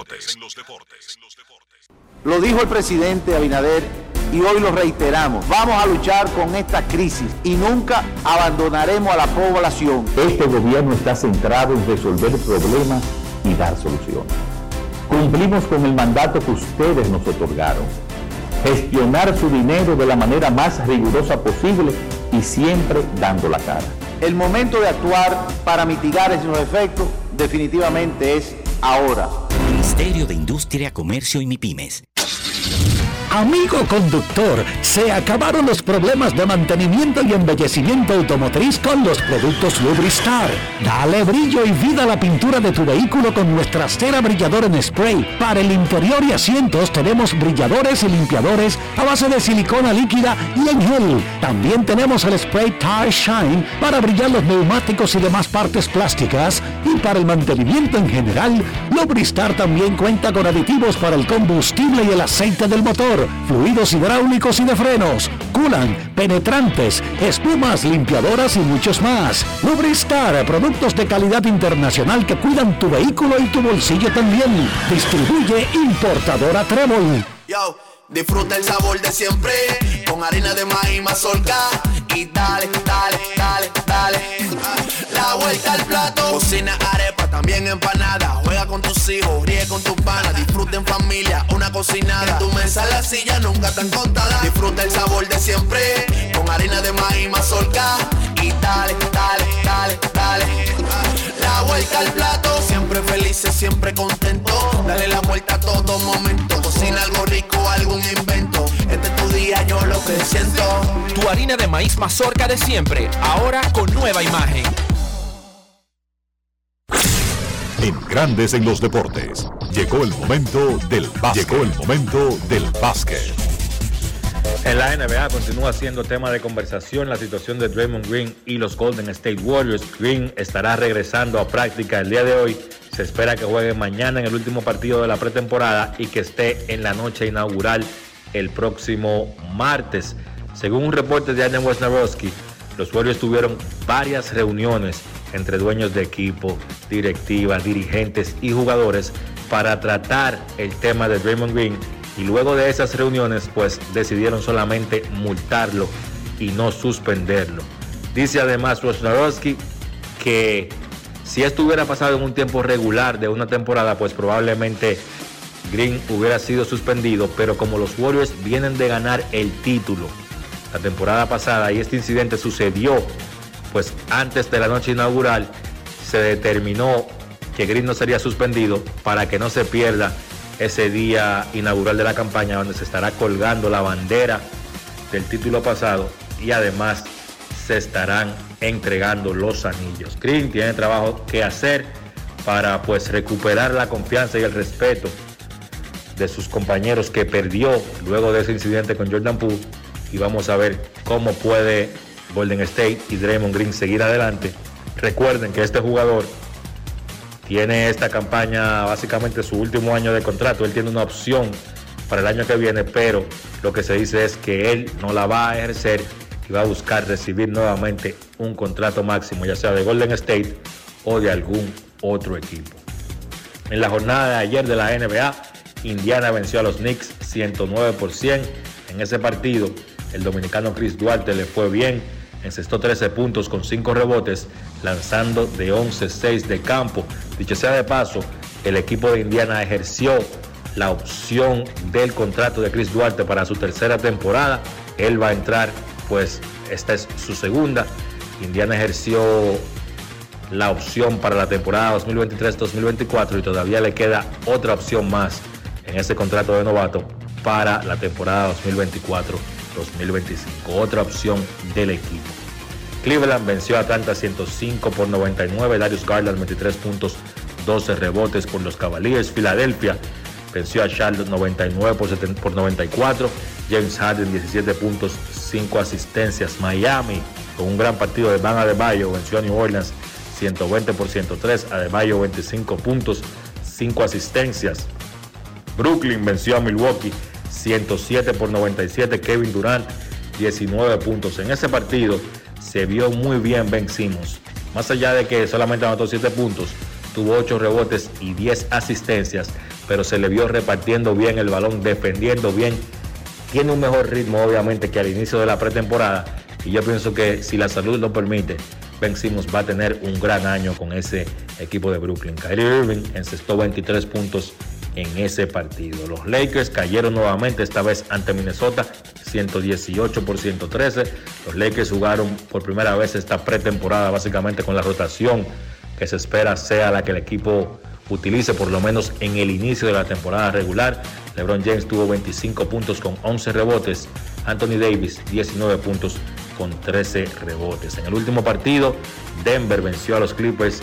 Lo dijo el presidente Abinader y hoy lo reiteramos. Vamos a luchar con esta crisis y nunca abandonaremos a la población. Este gobierno está centrado en resolver problemas y dar soluciones. Cumplimos con el mandato que ustedes nos otorgaron. Gestionar su dinero de la manera más rigurosa posible y siempre dando la cara. El momento de actuar para mitigar esos efectos definitivamente es ahora. Ministerio de Industria, Comercio y MIPYMES. Amigo conductor, se acabaron los problemas de mantenimiento y embellecimiento automotriz con los productos Lubristar. Dale brillo y vida a la pintura de tu vehículo con nuestra cera brilladora en spray. Para el interior y asientos tenemos brilladores y limpiadores a base de silicona líquida y en gel. También tenemos el spray Tire Shine para brillar los neumáticos y demás partes plásticas. Y para el mantenimiento en general, Lubristar también cuenta con aditivos para el combustible y el aceite del motor, fluidos hidráulicos y de frenos, culan, penetrantes, espumas, limpiadoras y muchos más. Lubristar, productos de calidad internacional que cuidan tu vehículo y tu bolsillo también. Distribuye importadora Trébol. Yo, disfruta el sabor de siempre con harina de maíz mazorca y dale. La vuelta al plato, cocina arepa, también empanada. Juega con tus hijos, ríe con tus panas. Disfruta en familia, una cocinada. En tu mesa la silla nunca tan contada. Disfruta el sabor de siempre con harina de maíz mazorca y dale. La vuelta al plato, siempre felices, siempre contento. Dale la vuelta a todo momento. Cocina algo rico, algún invento. Este es tu día, yo lo que siento. Tu harina de maíz mazorca de siempre, ahora con nueva imagen. En Grandes en los deportes, llegó el momento del básquet. En la NBA continúa siendo tema de conversación la situación de Draymond Green y los Golden State Warriors. Green estará regresando a práctica el día de hoy, Se espera que juegue mañana en el último partido de la pretemporada y que esté en la noche inaugural el próximo martes. Según un reporte de Adam Wojnarowski, los Warriors tuvieron varias reuniones entre dueños de equipo, directivas, dirigentes y jugadores para tratar el tema de Draymond Green, y luego de esas reuniones pues decidieron solamente multarlo y no suspenderlo. Dice además Wojnarowski que si esto hubiera pasado en un tiempo regular de una temporada, pues probablemente Green hubiera sido suspendido, pero como los Warriors vienen de ganar el título la temporada pasada y este incidente sucedió pues antes de la noche inaugural, se determinó que Green no sería suspendido para que no se pierda ese día inaugural de la campaña, donde se estará colgando la bandera del título pasado y además se estarán entregando los anillos. Green tiene trabajo que hacer para pues recuperar la confianza y el respeto de sus compañeros que perdió luego de ese incidente con Jordan Poole, y vamos a ver cómo puede Golden State y Draymond Green seguir adelante. Recuerden que este jugador tiene esta campaña básicamente su último año de contrato. Él tiene una opción para el año que viene, pero lo que se dice es que él no la va a ejercer y va a buscar recibir nuevamente un contrato máximo, ya sea de Golden State o de algún otro equipo. En la jornada de ayer de la NBA, Indiana venció a los Knicks 109%. En ese partido, el dominicano Chris Duarte le fue bien, encestó 13 puntos con 5 rebotes, lanzando de 11-6 de campo. Dicho sea de paso, el equipo de Indiana ejerció la opción del contrato de Chris Duarte para su tercera temporada. Él va a entrar, pues esta es su segunda. Indiana ejerció la opción para la temporada 2023-2024 y todavía le queda otra opción más en ese contrato de novato para la temporada 2024-2025. Otra opción del equipo. Cleveland venció a Atlanta 105-99. Darius Garland 23 puntos, 12 rebotes por los Cavaliers. Filadelfia venció a Charlotte 99-94. James Harden 17 puntos, 5 asistencias. Miami, con un gran partido de Bam Adebayo, venció a New Orleans 120-103. Adebayo 25 puntos, 5 asistencias. Brooklyn venció a Milwaukee 107-97. Kevin Durant 19 puntos. En ese partido se vio muy bien Ben Simmons. Más allá de que solamente anotó 7 puntos, tuvo 8 rebotes y 10 asistencias, pero se le vio repartiendo bien el balón, defendiendo bien. Tiene un mejor ritmo obviamente que al inicio de la pretemporada, y yo pienso que si la salud lo permite, Ben Simmons va a tener un gran año con ese equipo de Brooklyn. Kyrie Irving encestó 23 puntos en ese partido. Los Lakers cayeron nuevamente, esta vez ante Minnesota 118-113. Los Lakers jugaron por primera vez esta pretemporada básicamente con la rotación que se espera sea la que el equipo utilice por lo menos en el inicio de la temporada regular. LeBron James tuvo 25 puntos con 11 rebotes. Anthony Davis 19 puntos con 13 rebotes. En el último partido, Denver venció a los Clippers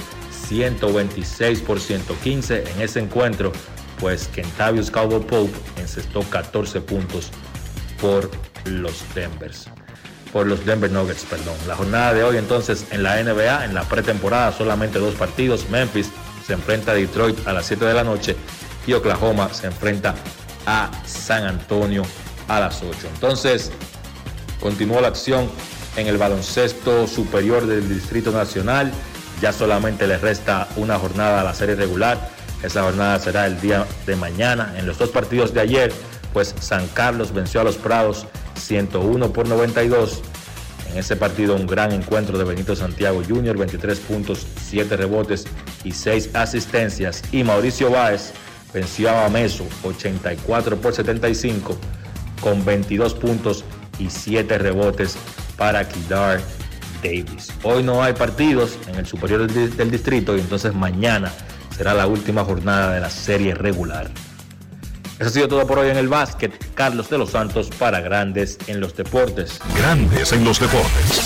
126-115. En ese encuentro, pues Kentavious Caldwell Pope encestó 14 puntos por los Denver Nuggets. La jornada de hoy entonces en la NBA, en la pretemporada, solamente 2 partidos. Memphis se enfrenta a Detroit a las 7 de la noche y Oklahoma se enfrenta a San Antonio a las 8. Entonces, continuó la acción en el baloncesto superior del Distrito Nacional. Ya solamente le resta una jornada a la serie regular. Esa jornada será el día de mañana. En los 2 partidos de ayer, pues San Carlos venció a los Prados 101-92. En ese partido un gran encuentro de Benito Santiago Jr., 23 puntos, 7 rebotes y 6 asistencias. Y Mauricio Báez venció a Bameso 84-75 con 22 puntos y 7 rebotes para Kidar Davis. Hoy no hay partidos en el superior del distrito y entonces mañana será la última jornada de la serie regular. Eso ha sido todo por hoy en el básquet. Carlos de los Santos para Grandes en los Deportes. Grandes en los Deportes.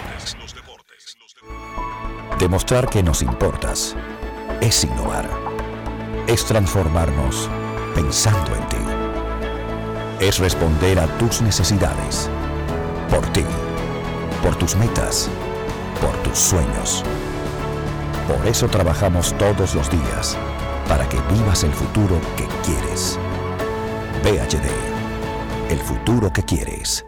Demostrar que nos importas es innovar. Es transformarnos pensando en ti. Es responder a tus necesidades. Por ti. Por tus metas. Por tus sueños. Por eso trabajamos todos los días, para que vivas el futuro que quieres. VHD, el futuro que quieres.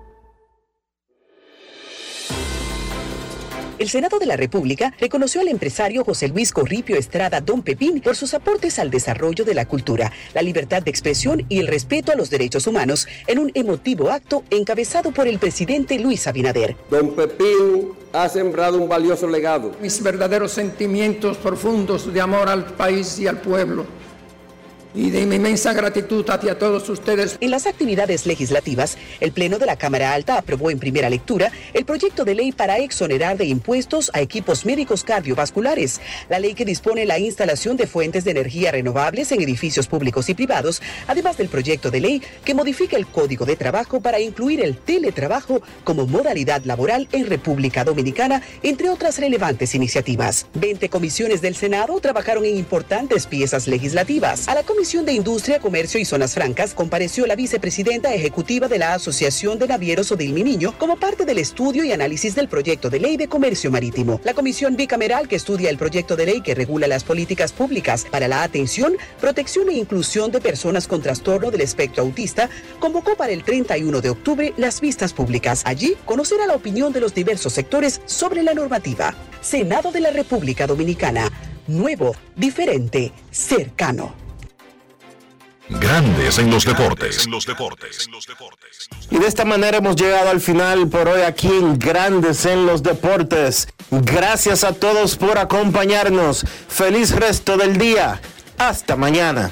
El Senado de la República reconoció al empresario José Luis Corripio Estrada Don Pepín por sus aportes al desarrollo de la cultura, la libertad de expresión y el respeto a los derechos humanos en un emotivo acto encabezado por el presidente Luis Abinader. Don Pepín ha sembrado un valioso legado. Mis verdaderos sentimientos profundos de amor al país y al pueblo, y de mi inmensa gratitud hacia todos ustedes. En las actividades legislativas, el Pleno de la Cámara Alta aprobó en primera lectura el proyecto de ley para exonerar de impuestos a equipos médicos cardiovasculares, la ley que dispone la instalación de fuentes de energía renovables en edificios públicos y privados, además del proyecto de ley que modifica el Código de Trabajo para incluir el teletrabajo como modalidad laboral en República Dominicana, entre otras relevantes iniciativas. 20 comisiones del Senado trabajaron en importantes piezas legislativas. A la Comisión de Industria, Comercio y Zonas Francas compareció la vicepresidenta ejecutiva de la Asociación de Navieros Odil Miniño como parte del estudio y análisis del proyecto de ley de comercio marítimo. La comisión bicameral que estudia el proyecto de ley que regula las políticas públicas para la atención, protección e inclusión de personas con trastorno del espectro autista convocó para el 31 de octubre las vistas públicas. Allí conocerá la opinión de los diversos sectores sobre la normativa. Senado de la República Dominicana. Nuevo, diferente, cercano. Grandes en los deportes. Y de esta manera hemos llegado al final por hoy aquí en Grandes en los Deportes. Gracias a todos por acompañarnos. Feliz resto del día. Hasta mañana.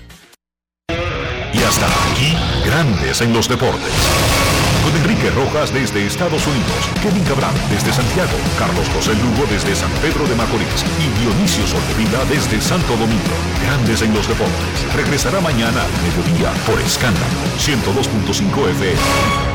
Y hasta aquí, Grandes en los Deportes. Con Enrique Rojas desde Estados Unidos, Kevin Cabral desde Santiago, Carlos José Lugo desde San Pedro de Macorís y Dionisio Soldevila desde Santo Domingo. Grandes en los Deportes. Regresará mañana al mediodía por Escándalo 102.5 FM.